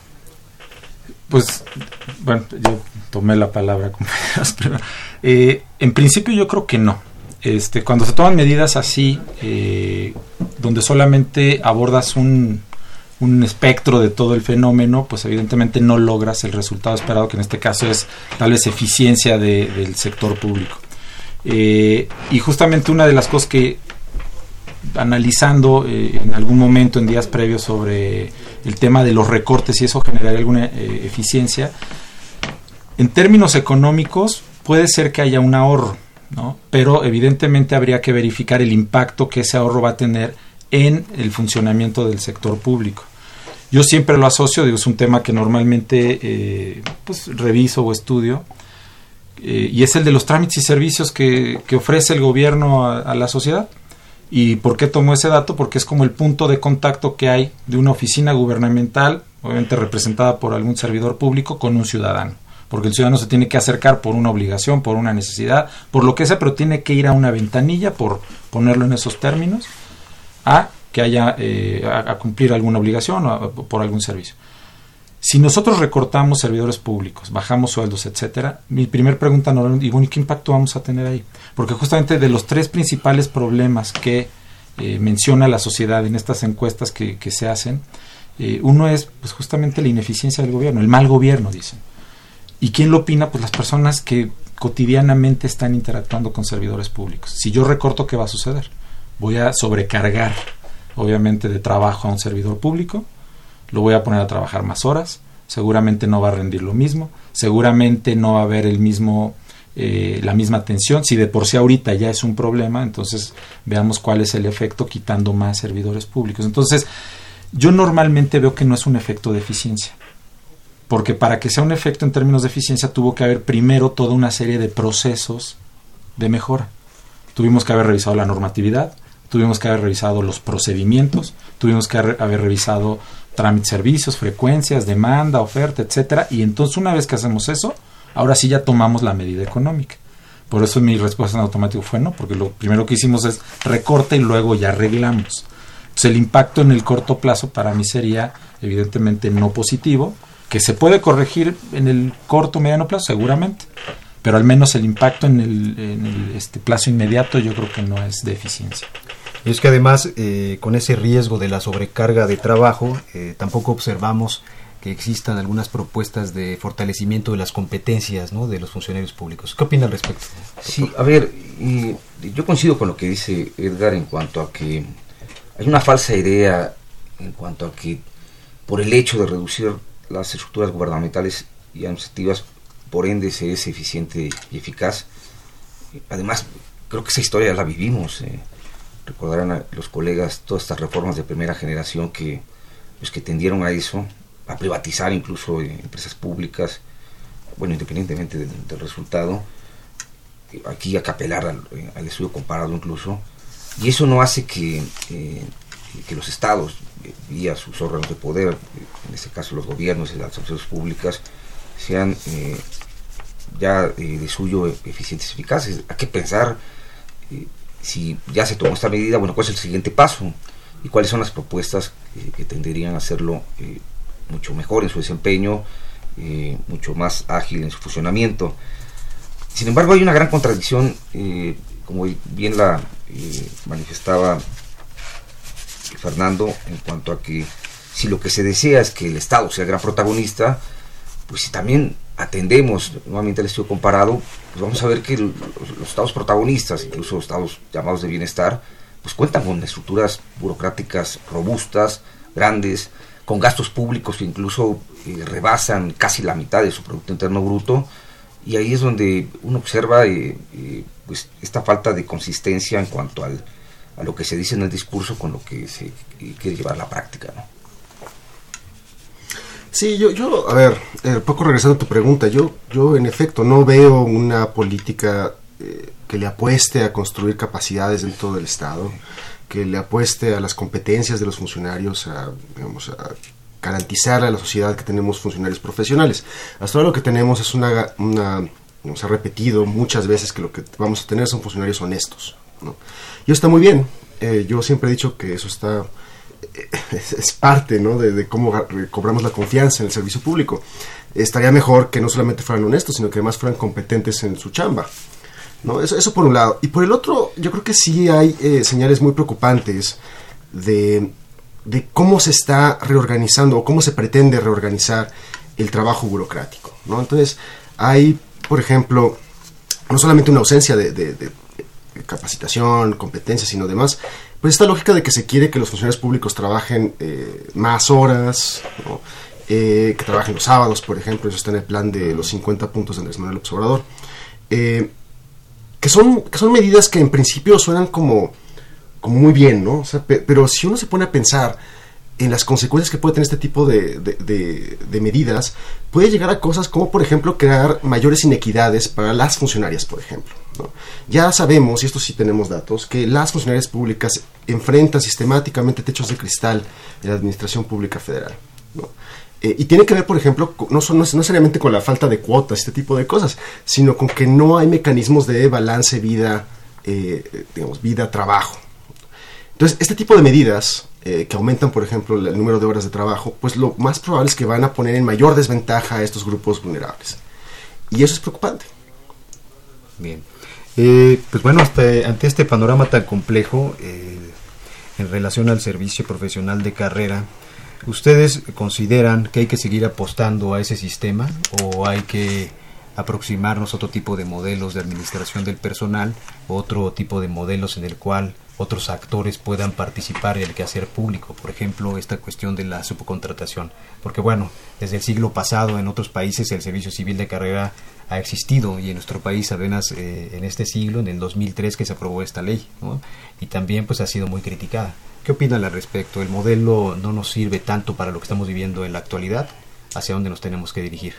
Pues, bueno, yo tomé la palabra, compañeros, pero en principio yo creo que no. Cuando se toman medidas así, donde solamente abordas un espectro de todo el fenómeno, pues evidentemente no logras el resultado esperado, que en este caso es tal vez eficiencia del sector público. Y justamente una de las cosas que, analizando en algún momento en días previos sobre el tema de los recortes y eso generaría alguna eficiencia, en términos económicos puede ser que haya un ahorro, ¿no? Pero evidentemente habría que verificar el impacto que ese ahorro va a tener en el funcionamiento del sector público. Yo siempre lo asocio, es un tema que normalmente pues reviso o estudio, y es el de los trámites y servicios que ofrece el gobierno a la sociedad. ¿Y por qué tomo ese dato? Porque es como el punto de contacto que hay de una oficina gubernamental, obviamente representada por algún servidor público, con un ciudadano. Porque el ciudadano se tiene que acercar por una obligación, por una necesidad, por lo que sea, pero tiene que ir a una ventanilla, por ponerlo en esos términos, a que haya a cumplir alguna obligación o por algún servicio. Si nosotros recortamos servidores públicos, bajamos sueldos, etcétera, mi primer pregunta normalmente, y bueno, ¿y qué impacto vamos a tener ahí? Porque justamente de los tres principales problemas que menciona la sociedad en estas encuestas que se hacen, uno es pues justamente la ineficiencia del gobierno, el mal gobierno, dicen. ¿Y quién lo opina? Pues las personas que cotidianamente están interactuando con servidores públicos. Si yo recorto, ¿qué va a suceder? Voy a sobrecargar, obviamente, de trabajo a un servidor público, lo voy a poner a trabajar más horas, seguramente no va a rendir lo mismo, seguramente no va a haber el mismo la misma atención. Si de por sí ahorita ya es un problema, entonces veamos cuál es el efecto quitando más servidores públicos. Entonces, yo normalmente veo que no es un efecto de eficiencia, porque para que sea un efecto en términos de eficiencia tuvo que haber primero toda una serie de procesos de mejora. Tuvimos que haber revisado la normatividad, tuvimos que haber revisado los procedimientos, tuvimos que haber revisado trámites, servicios, frecuencias, demanda, oferta, etcétera, y entonces una vez que hacemos eso, ahora sí ya tomamos la medida económica. Por eso mi respuesta en automático fue no, porque lo primero que hicimos es recorte y luego ya arreglamos. Entonces el impacto en el corto plazo para mí sería evidentemente no positivo, que se puede corregir en el corto o mediano plazo seguramente, pero al menos el impacto en el plazo inmediato yo creo que no es de eficiencia. Y es que además, con ese riesgo de la sobrecarga de trabajo, tampoco observamos que existan algunas propuestas de fortalecimiento de las competencias, ¿no?, de los funcionarios públicos. ¿Qué opina al respecto? Sí, a ver, yo coincido con lo que dice Edgar en cuanto a que hay una falsa idea en cuanto a que por el hecho de reducir las estructuras gubernamentales y administrativas, por ende se es eficiente y eficaz. Además, creo que esa historia la vivimos. Recordarán a los colegas todas estas reformas de primera generación que tendieron a eso, a privatizar incluso empresas públicas, bueno, independientemente del resultado, aquí a apelar al estudio comparado incluso, y eso no hace que los estados, vía sus órganos de poder, en este caso los gobiernos y las autoridades públicas, sean ya de suyo eficientes y eficaces. Hay que pensar si ya se tomó esta medida, bueno, ¿cuál es el siguiente paso? Y cuáles son las propuestas que tenderían a hacerlo mucho mejor en su desempeño, mucho más ágil en su funcionamiento. Sin embargo, hay una gran contradicción, como bien la manifestaba Fernando, en cuanto a que si lo que se desea es que el Estado sea el gran protagonista, pues si también atendemos nuevamente al estudio comparado, pues vamos a ver que los estados protagonistas, incluso los estados llamados de bienestar, pues cuentan con estructuras burocráticas robustas, grandes, con gastos públicos que incluso rebasan casi la mitad de su Producto Interno Bruto, y ahí es donde uno observa pues esta falta de consistencia en cuanto a lo que se dice en el discurso con lo que se quiere llevar a la práctica, ¿no? Sí, yo a ver, poco regresando a tu pregunta, yo en efecto no veo una política que le apueste a construir capacidades dentro del Estado, que le apueste a las competencias de los funcionarios, a garantizar a la sociedad que tenemos funcionarios profesionales. Hasta ahora lo que tenemos es se ha repetido muchas veces que lo que vamos a tener son funcionarios honestos, ¿no? Y está muy bien, yo siempre he dicho que eso está... es parte, ¿no?, de cómo cobramos la confianza en el servicio público. Estaría mejor que no solamente fueran honestos, sino que además fueran competentes en su chamba, ¿no? Eso por un lado. Y por el otro, yo creo que sí hay señales muy preocupantes de cómo se está reorganizando o cómo se pretende reorganizar el trabajo burocrático, ¿no? Entonces, hay, por ejemplo, no solamente una ausencia de capacitación, competencias, sino demás, pues esta lógica de que se quiere que los funcionarios públicos trabajen más horas, ¿no? Que trabajen los sábados, por ejemplo, eso está en el plan de los 50 puntos de Andrés Manuel López Obrador, que son medidas que en principio suenan como muy bien, ¿no? O sea, pero si uno se pone a pensar en las consecuencias que puede tener este tipo de medidas, puede llegar a cosas como, por ejemplo, crear mayores inequidades para las funcionarias, por ejemplo, ¿no? Ya sabemos, y esto sí tenemos datos, que las funcionarias públicas enfrentan sistemáticamente techos de cristal en la administración pública federal, ¿no? Y tiene que ver, por ejemplo, no necesariamente con la falta de cuotas, este tipo de cosas, sino con que no hay mecanismos de balance vida-trabajo. Entonces, este tipo de medidas que aumentan, por ejemplo, el número de horas de trabajo, pues lo más probable es que van a poner en mayor desventaja a estos grupos vulnerables. Y eso es preocupante. Bien. Pues bueno, ante este panorama tan complejo, en relación al servicio profesional de carrera, ¿ustedes consideran que hay que seguir apostando a ese sistema o hay que aproximarnos a otro tipo de modelos de administración del personal, otro tipo de modelos en el cual otros actores puedan participar en el quehacer público? Por ejemplo, esta cuestión de la subcontratación, porque bueno, desde el siglo pasado en otros países el servicio civil de carrera ha existido y en nuestro país apenas en este siglo, en el 2003 que se aprobó esta ley, ¿no? Y también pues ha sido muy criticada. ¿Qué opinan al respecto? ¿El modelo no nos sirve tanto para lo que estamos viviendo en la actualidad? ¿Hacia dónde nos tenemos que dirigir?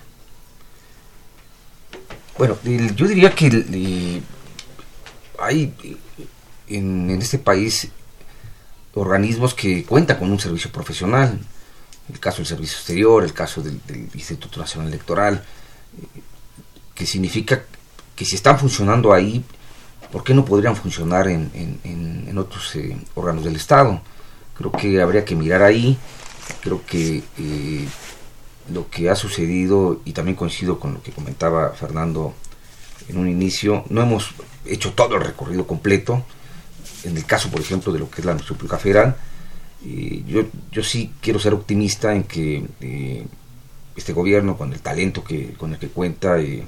Bueno, yo diría que hay en este país organismos que cuentan con un servicio profesional, el caso del Servicio Exterior, el caso del Instituto Nacional Electoral, que significa que si están funcionando ahí, ¿por qué no podrían funcionar en otros órganos del Estado? Creo que habría que mirar ahí. Creo que lo que ha sucedido, y también coincido con lo que comentaba Fernando en un inicio, no hemos hecho todo el recorrido completo. en el caso, por ejemplo, de lo que es la Administración Pública Federal, yo sí quiero ser optimista en que este gobierno, con el talento con el que cuenta, y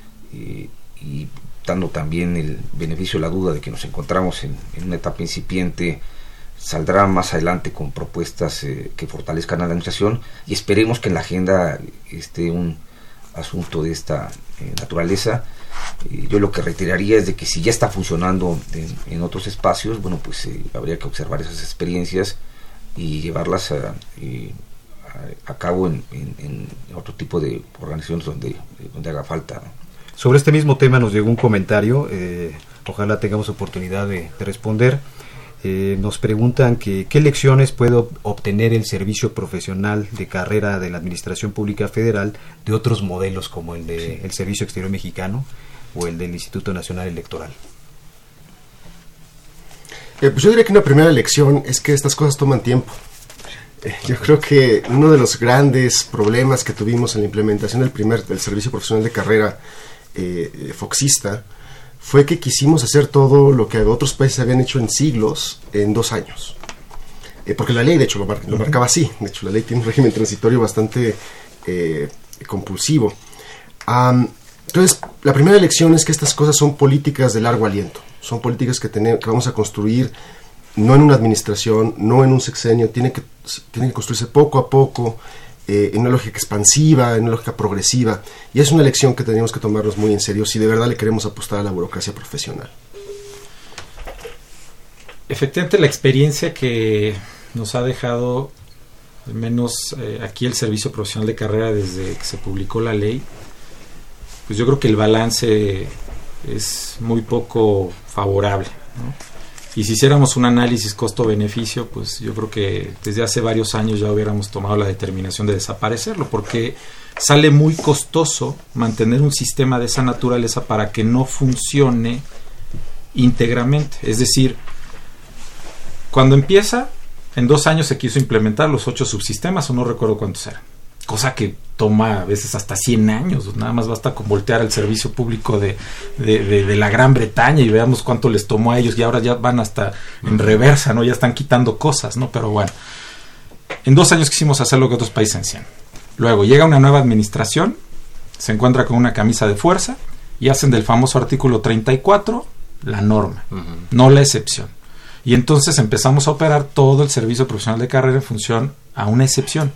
dando también el beneficio de la duda de que nos encontramos en una etapa incipiente, saldrá más adelante con propuestas que fortalezcan a la administración, y esperemos que en la agenda esté un asunto de esta naturaleza. Yo lo que reiteraría es de que si ya está funcionando en otros espacios, bueno, pues habría que observar esas experiencias y llevarlas a cabo en otro tipo de organizaciones donde haga falta, ¿no? Sobre este mismo tema nos llegó un comentario, ojalá tengamos oportunidad de responder. Nos preguntan qué lecciones puede obtener el servicio profesional de carrera de la Administración Pública Federal de otros modelos como el del Servicio Exterior Mexicano o el del Instituto Nacional Electoral. Pues yo diría que una primera lección es que estas cosas toman tiempo. Yo creo que uno de los grandes problemas que tuvimos en la implementación del servicio profesional de carrera foxista fue que quisimos hacer todo lo que otros países habían hecho en siglos en 2 años. Porque la ley, de hecho, lo marcaba así. De hecho, la ley tiene un régimen transitorio bastante compulsivo. Entonces, la primera lección es que estas cosas son políticas de largo aliento. Son políticas que vamos a construir no en una administración, no en un sexenio. Tienen que construirse poco a poco, en una lógica expansiva, en una lógica progresiva, y es una lección que tenemos que tomarnos muy en serio si de verdad le queremos apostar a la burocracia profesional. Efectivamente, la experiencia que nos ha dejado, al menos aquí el Servicio Profesional de Carrera desde que se publicó la ley, pues yo creo que el balance es muy poco favorable, ¿no? Y si hiciéramos un análisis costo-beneficio, pues yo creo que desde hace varios años ya hubiéramos tomado la determinación de desaparecerlo, porque sale muy costoso mantener un sistema de esa naturaleza para que no funcione íntegramente. Es decir, cuando empieza, en 2 años se quiso implementar los 8 subsistemas, o no recuerdo cuántos eran, cosa que toma a veces hasta 100 años. Nada más basta con voltear al servicio público de la Gran Bretaña y veamos cuánto les tomó a ellos, y ahora ya van hasta en reversa, ¿no? Ya están quitando cosas, ¿no? Pero bueno, en 2 años quisimos hacer lo que otros países hacían. Luego llega una nueva administración, se encuentra con una camisa de fuerza y hacen del famoso artículo 34 la norma, no la excepción. Y entonces empezamos a operar todo el servicio profesional de carrera en función a una excepción,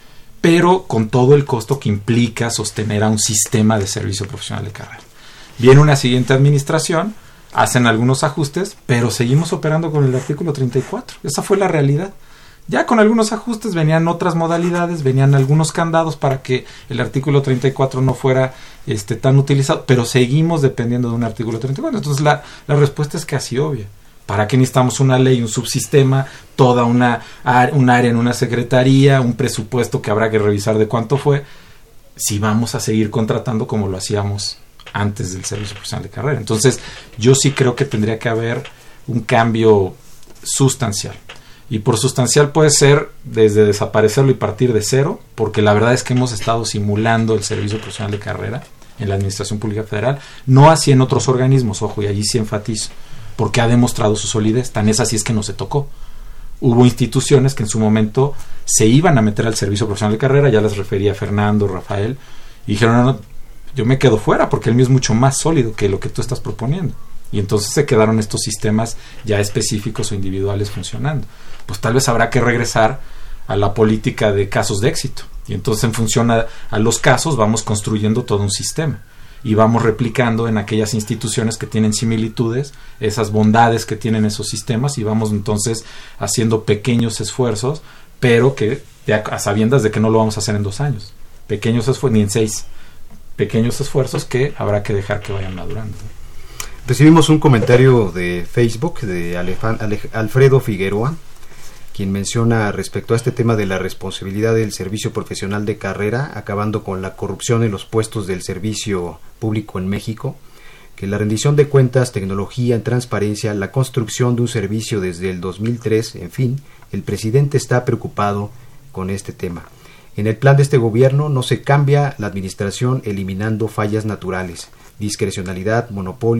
pero con todo el costo que implica sostener a un sistema de servicio profesional de carrera. Viene una siguiente administración, hacen algunos ajustes, pero seguimos operando con el artículo 34. Esa fue la realidad. Ya con algunos ajustes venían otras modalidades, venían algunos candados para que el artículo 34 no fuera tan utilizado, pero seguimos dependiendo de un artículo 34. Entonces la respuesta es casi obvia. ¿Para qué necesitamos una ley, un subsistema, toda un área en una secretaría, un presupuesto que habrá que revisar de cuánto fue, si vamos a seguir contratando como lo hacíamos antes del servicio profesional de carrera? Entonces, yo sí creo que tendría que haber un cambio sustancial. Y por sustancial puede ser desde desaparecerlo y partir de cero, porque la verdad es que hemos estado simulando el servicio profesional de carrera en la Administración Pública Federal, no así en otros organismos, ojo, y allí sí enfatizo, porque ha demostrado su solidez. Tan es así es que no se tocó. Hubo instituciones que en su momento se iban a meter al servicio profesional de carrera, ya les refería Fernando, Rafael, y dijeron, no, yo me quedo fuera porque el mío es mucho más sólido que lo que tú estás proponiendo. Y entonces se quedaron estos sistemas ya específicos o individuales funcionando. Pues tal vez habrá que regresar a la política de casos de éxito. Y entonces en función a los casos vamos construyendo todo un sistema. Y vamos replicando en aquellas instituciones que tienen similitudes, esas bondades que tienen esos sistemas, y vamos entonces haciendo pequeños esfuerzos, pero que a sabiendas de que no lo vamos a hacer en 2 años. Pequeños esfuerzos, ni en 6. Pequeños esfuerzos que habrá que dejar que vayan madurando. Recibimos un comentario de Facebook de Alfredo Figueroa, quien menciona respecto a este tema de la responsabilidad del servicio profesional de carrera, acabando con la corrupción en los puestos del servicio público en México, que la rendición de cuentas, tecnología, transparencia, la construcción de un servicio desde el 2003, en fin, el presidente está preocupado con este tema. En el plan de este gobierno no se cambia la administración eliminando fallas naturales, discrecionalidad, monopolios,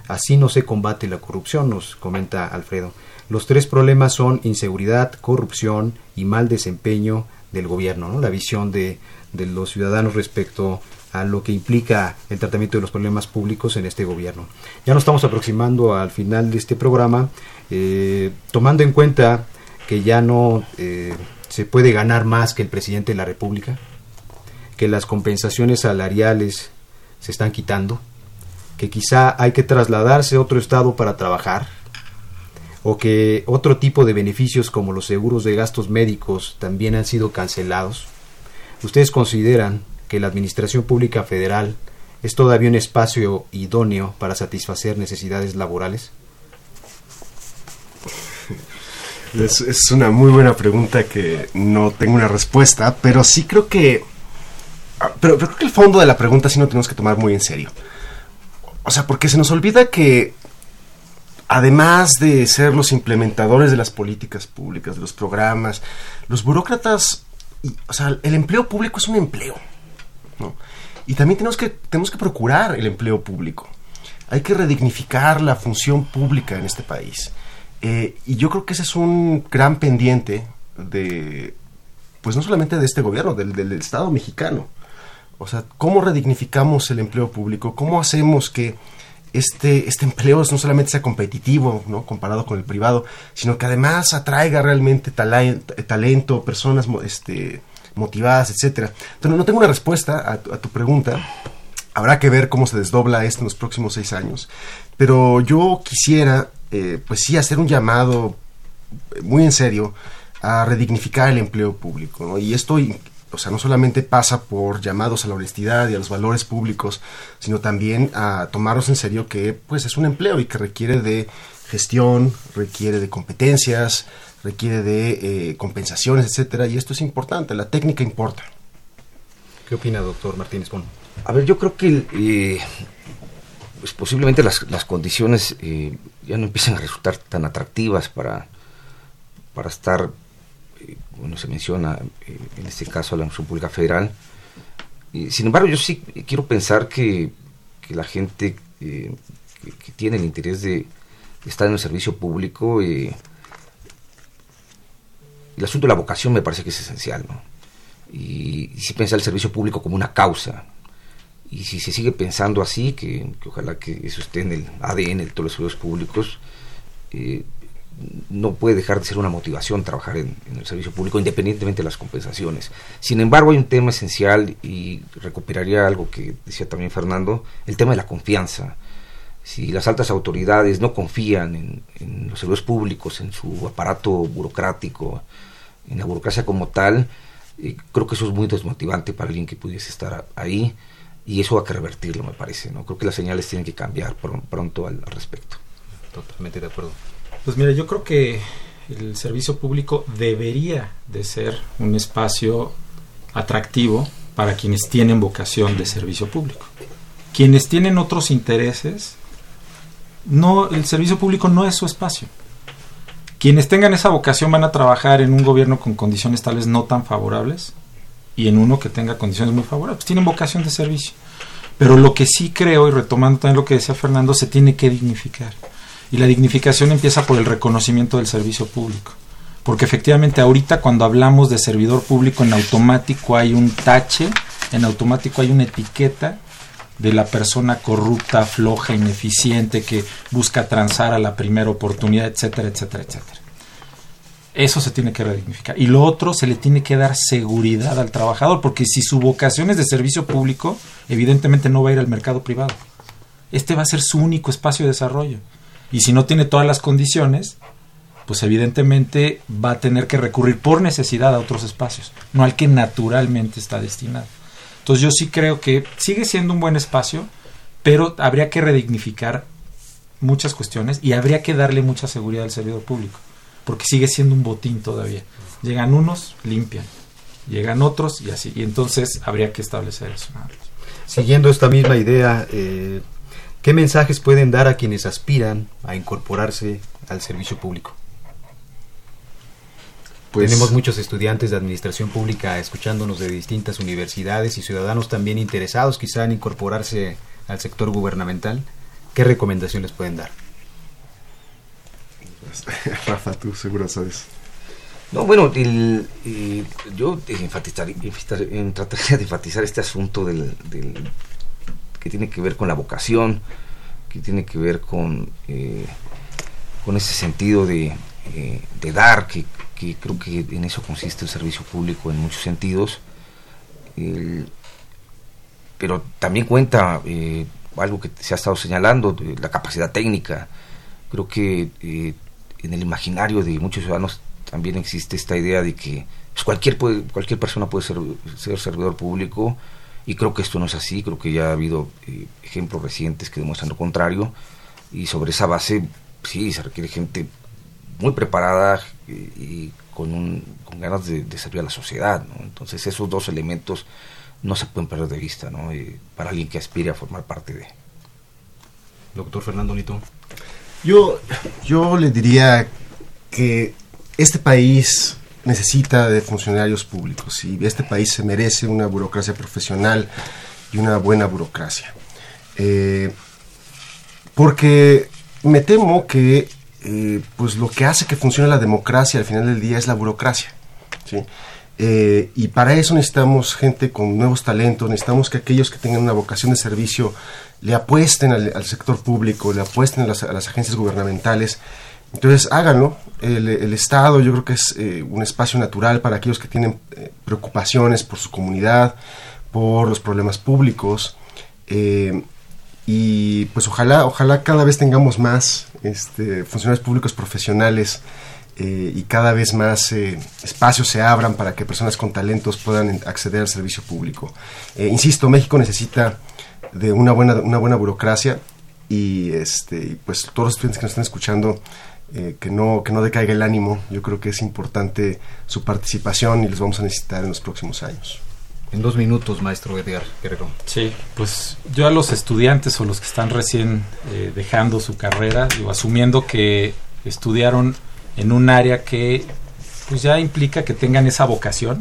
Así no se combate la corrupción, nos comenta Alfredo. Los 3 problemas son inseguridad, corrupción y mal desempeño del gobierno, ¿no? La visión de los ciudadanos respecto a lo que implica el tratamiento de los problemas públicos en este gobierno. Ya nos estamos aproximando al final de este programa, tomando en cuenta que ya no se puede ganar más que el presidente de la República, que las compensaciones salariales se están quitando, que quizá hay que trasladarse a otro estado para trabajar, o que otro tipo de beneficios como los seguros de gastos médicos también han sido cancelados. ¿Ustedes consideran que la Administración Pública Federal es todavía un espacio idóneo para satisfacer necesidades laborales? Es una muy buena pregunta que no tengo una respuesta, pero sí creo que... Pero creo que el fondo de la pregunta sí no tenemos que tomar muy en serio. O sea, porque se nos olvida que además de ser los implementadores de las políticas públicas, de los programas, los burócratas, o sea, el empleo público es un empleo, ¿no? Y también tenemos que procurar el empleo público. Hay que redignificar la función pública en este país. Y yo creo que ese es un gran pendiente de, pues no solamente de este gobierno, del Estado mexicano. O sea, ¿cómo redignificamos el empleo público? ¿Cómo hacemos que este empleo no solamente sea competitivo, ¿no?, comparado con el privado, sino que además atraiga realmente talento, personas motivadas, etcétera? Entonces, no tengo una respuesta a tu pregunta. Habrá que ver cómo se desdobla esto en los próximos 6 años. Pero yo quisiera, pues sí, hacer un llamado muy en serio a redignificar el empleo público, ¿no? Y esto, o sea, no solamente pasa por llamados a la honestidad y a los valores públicos, sino también a tomarlos en serio que, pues, es un empleo y que requiere de gestión, requiere de competencias, requiere de compensaciones, etcétera. Y esto es importante, la técnica importa. ¿Qué opina, doctor Martínez Bon? A ver, yo creo que pues posiblemente las condiciones ya no empiezan a resultar tan atractivas para estar, bueno, se menciona en este caso a la Administración Pública Federal. Sin embargo, yo sí quiero pensar que la gente que tiene el interés de estar en el servicio público, el asunto de la vocación me parece que es esencial, ¿no? Y si piensa el servicio público como una causa, y si se sigue pensando así, que ojalá que eso esté en el ADN de todos los servicios públicos, no puede dejar de ser una motivación trabajar en el servicio público, independientemente de las compensaciones. Sin embargo, hay un tema esencial, y recuperaría algo que decía también Fernando, el tema de la confianza. Si las altas autoridades no confían en los servicios públicos, en su aparato burocrático, en la burocracia como tal, creo que eso es muy desmotivante para alguien que pudiese estar ahí, y eso hay que revertirlo, me parece, ¿no? Creo que las señales tienen que cambiar pronto al respecto. Totalmente de acuerdo. Pues mira, yo creo que el servicio público debería de ser un espacio atractivo para quienes tienen vocación de servicio público. Quienes tienen otros intereses, no, el servicio público no es su espacio. Quienes tengan esa vocación van a trabajar en un gobierno con condiciones tal vez no tan favorables y en uno que tenga condiciones muy favorables. Tienen vocación de servicio. Pero lo que sí creo, y retomando también lo que decía Fernando, se tiene que dignificar. Y la dignificación empieza por el reconocimiento del servicio público. Porque efectivamente ahorita cuando hablamos de servidor público, en automático hay un tache, en automático hay una etiqueta de la persona corrupta, floja, ineficiente, que busca transar a la primera oportunidad, etcétera, etcétera, etcétera. Eso se tiene que redignificar. Y lo otro, se le tiene que dar seguridad al trabajador, porque si su vocación es de servicio público, evidentemente no va a ir al mercado privado. Este va a ser su único espacio de desarrollo. Y si no tiene todas las condiciones, pues evidentemente va a tener que recurrir por necesidad a otros espacios, no al que naturalmente está destinado. Entonces yo sí creo que sigue siendo un buen espacio, pero habría que redignificar muchas cuestiones y habría que darle mucha seguridad al servidor público, porque sigue siendo un botín todavía. Llegan unos, limpian, llegan otros y así. Y entonces habría que establecer eso. Siguiendo esta misma idea, ¿qué mensajes pueden dar a quienes aspiran a incorporarse al servicio público? Pues, tenemos muchos estudiantes de administración pública escuchándonos de distintas universidades y ciudadanos también interesados quizá en incorporarse al sector gubernamental. ¿qué recomendación les pueden dar? Rafa, tú seguro sabes. No, bueno, yo trataría de enfatizar este asunto del que tiene que ver con la vocación, que tiene que ver con ese sentido de dar, que creo que en eso consiste el servicio público en muchos sentidos, pero también cuenta algo que se ha estado señalando, la capacidad técnica. Creo que en el imaginario de muchos ciudadanos también existe esta idea de que pues, cualquier persona puede ser servidor público, y creo que esto no es así. Creo que ya ha habido ejemplos recientes que demuestran lo contrario, y sobre esa base sí se requiere gente muy preparada y con ganas de servir a la sociedad, ¿no? Entonces esos dos elementos no se pueden perder de vista, ¿no? Para alguien que aspire a formar parte de... Doctor Fernando Nito. Yo le diría que este país necesita de funcionarios públicos, y este país se merece una burocracia profesional y una buena burocracia. Porque me temo que pues lo que hace que funcione la democracia al final del día es la burocracia, ¿sí? Y para eso necesitamos gente con nuevos talentos, necesitamos que aquellos que tengan una vocación de servicio le apuesten al sector público, le apuesten a las agencias gubernamentales. Entonces háganlo. El Estado yo creo que es un espacio natural para aquellos que tienen preocupaciones por su comunidad, por los problemas públicos, y pues ojalá cada vez tengamos más funcionarios públicos profesionales, y cada vez más espacios se abran para que personas con talentos puedan acceder al servicio público. Insisto, México necesita de una buena burocracia, y pues todos los estudiantes que nos están escuchando, que no decaiga el ánimo. Yo creo que es importante su participación y los vamos a necesitar en los próximos años. En 2 minutos, maestro Edgar Guerrero. Sí, pues yo a los estudiantes o los que están recién dejando su carrera, asumiendo que estudiaron en un área que pues ya implica que tengan esa vocación,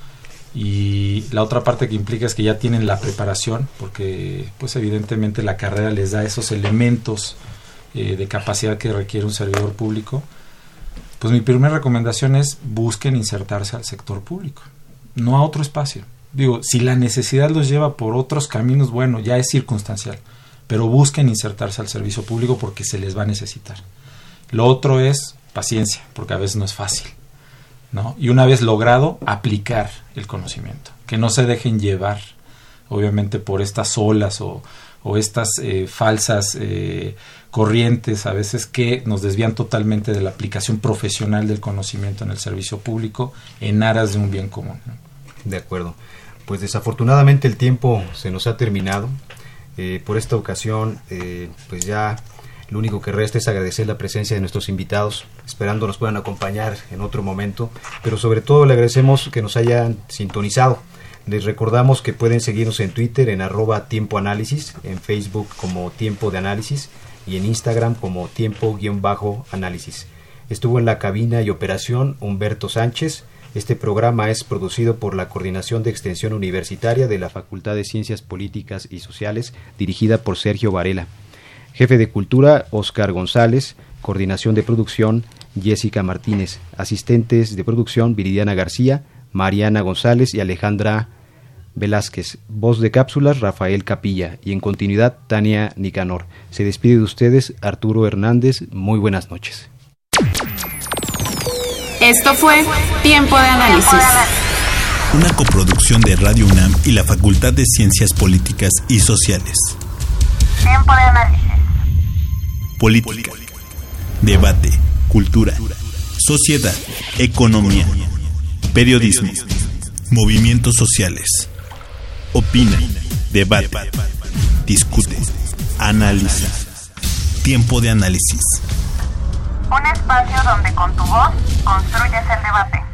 y la otra parte que implica es que ya tienen la preparación, porque pues evidentemente la carrera les da esos elementos de capacidad que requiere un servidor público. Pues mi primera recomendación es: busquen insertarse al sector público, no a otro espacio. Digo, si la necesidad los lleva por otros caminos, bueno, ya es circunstancial, pero busquen insertarse al servicio público porque se les va a necesitar. Lo otro es paciencia, porque a veces no es fácil, ¿no? Y una vez logrado, aplicar el conocimiento, que no se dejen llevar obviamente por estas olas o estas falsas corrientes a veces que nos desvían totalmente de la aplicación profesional del conocimiento en el servicio público en aras de un bien común, ¿no? De acuerdo. Pues desafortunadamente el tiempo se nos ha terminado. Por esta ocasión pues ya lo único que resta es agradecer la presencia de nuestros invitados, esperando nos puedan acompañar en otro momento, pero sobre todo le agradecemos que nos hayan sintonizado. Les recordamos que pueden seguirnos en Twitter en @tiempoanálisis, en Facebook como Tiempo de Análisis y en Instagram como Tiempo_análisis. Estuvo en la cabina y operación Humberto Sánchez. Este programa es producido por la Coordinación de Extensión Universitaria de la Facultad de Ciencias Políticas y Sociales, dirigida por Sergio Varela. Jefe de Cultura, Óscar González. Coordinación de Producción, Jessica Martínez. Asistentes de producción, Viridiana García, Mariana González y Alejandra Velázquez. Voz de cápsulas, Rafael Capilla. Y en continuidad, Tania Nicanor. Se despide de ustedes, Arturo Hernández. Muy buenas noches. Esto fue Tiempo de Análisis. Una coproducción de Radio UNAM y la Facultad de Ciencias Políticas y Sociales. Tiempo de Análisis. Política, debate, cultura, sociedad, economía, periodismo, movimientos sociales. Opina, debate, discute, analiza. Tiempo de Análisis. Un espacio donde con tu voz construyes el debate.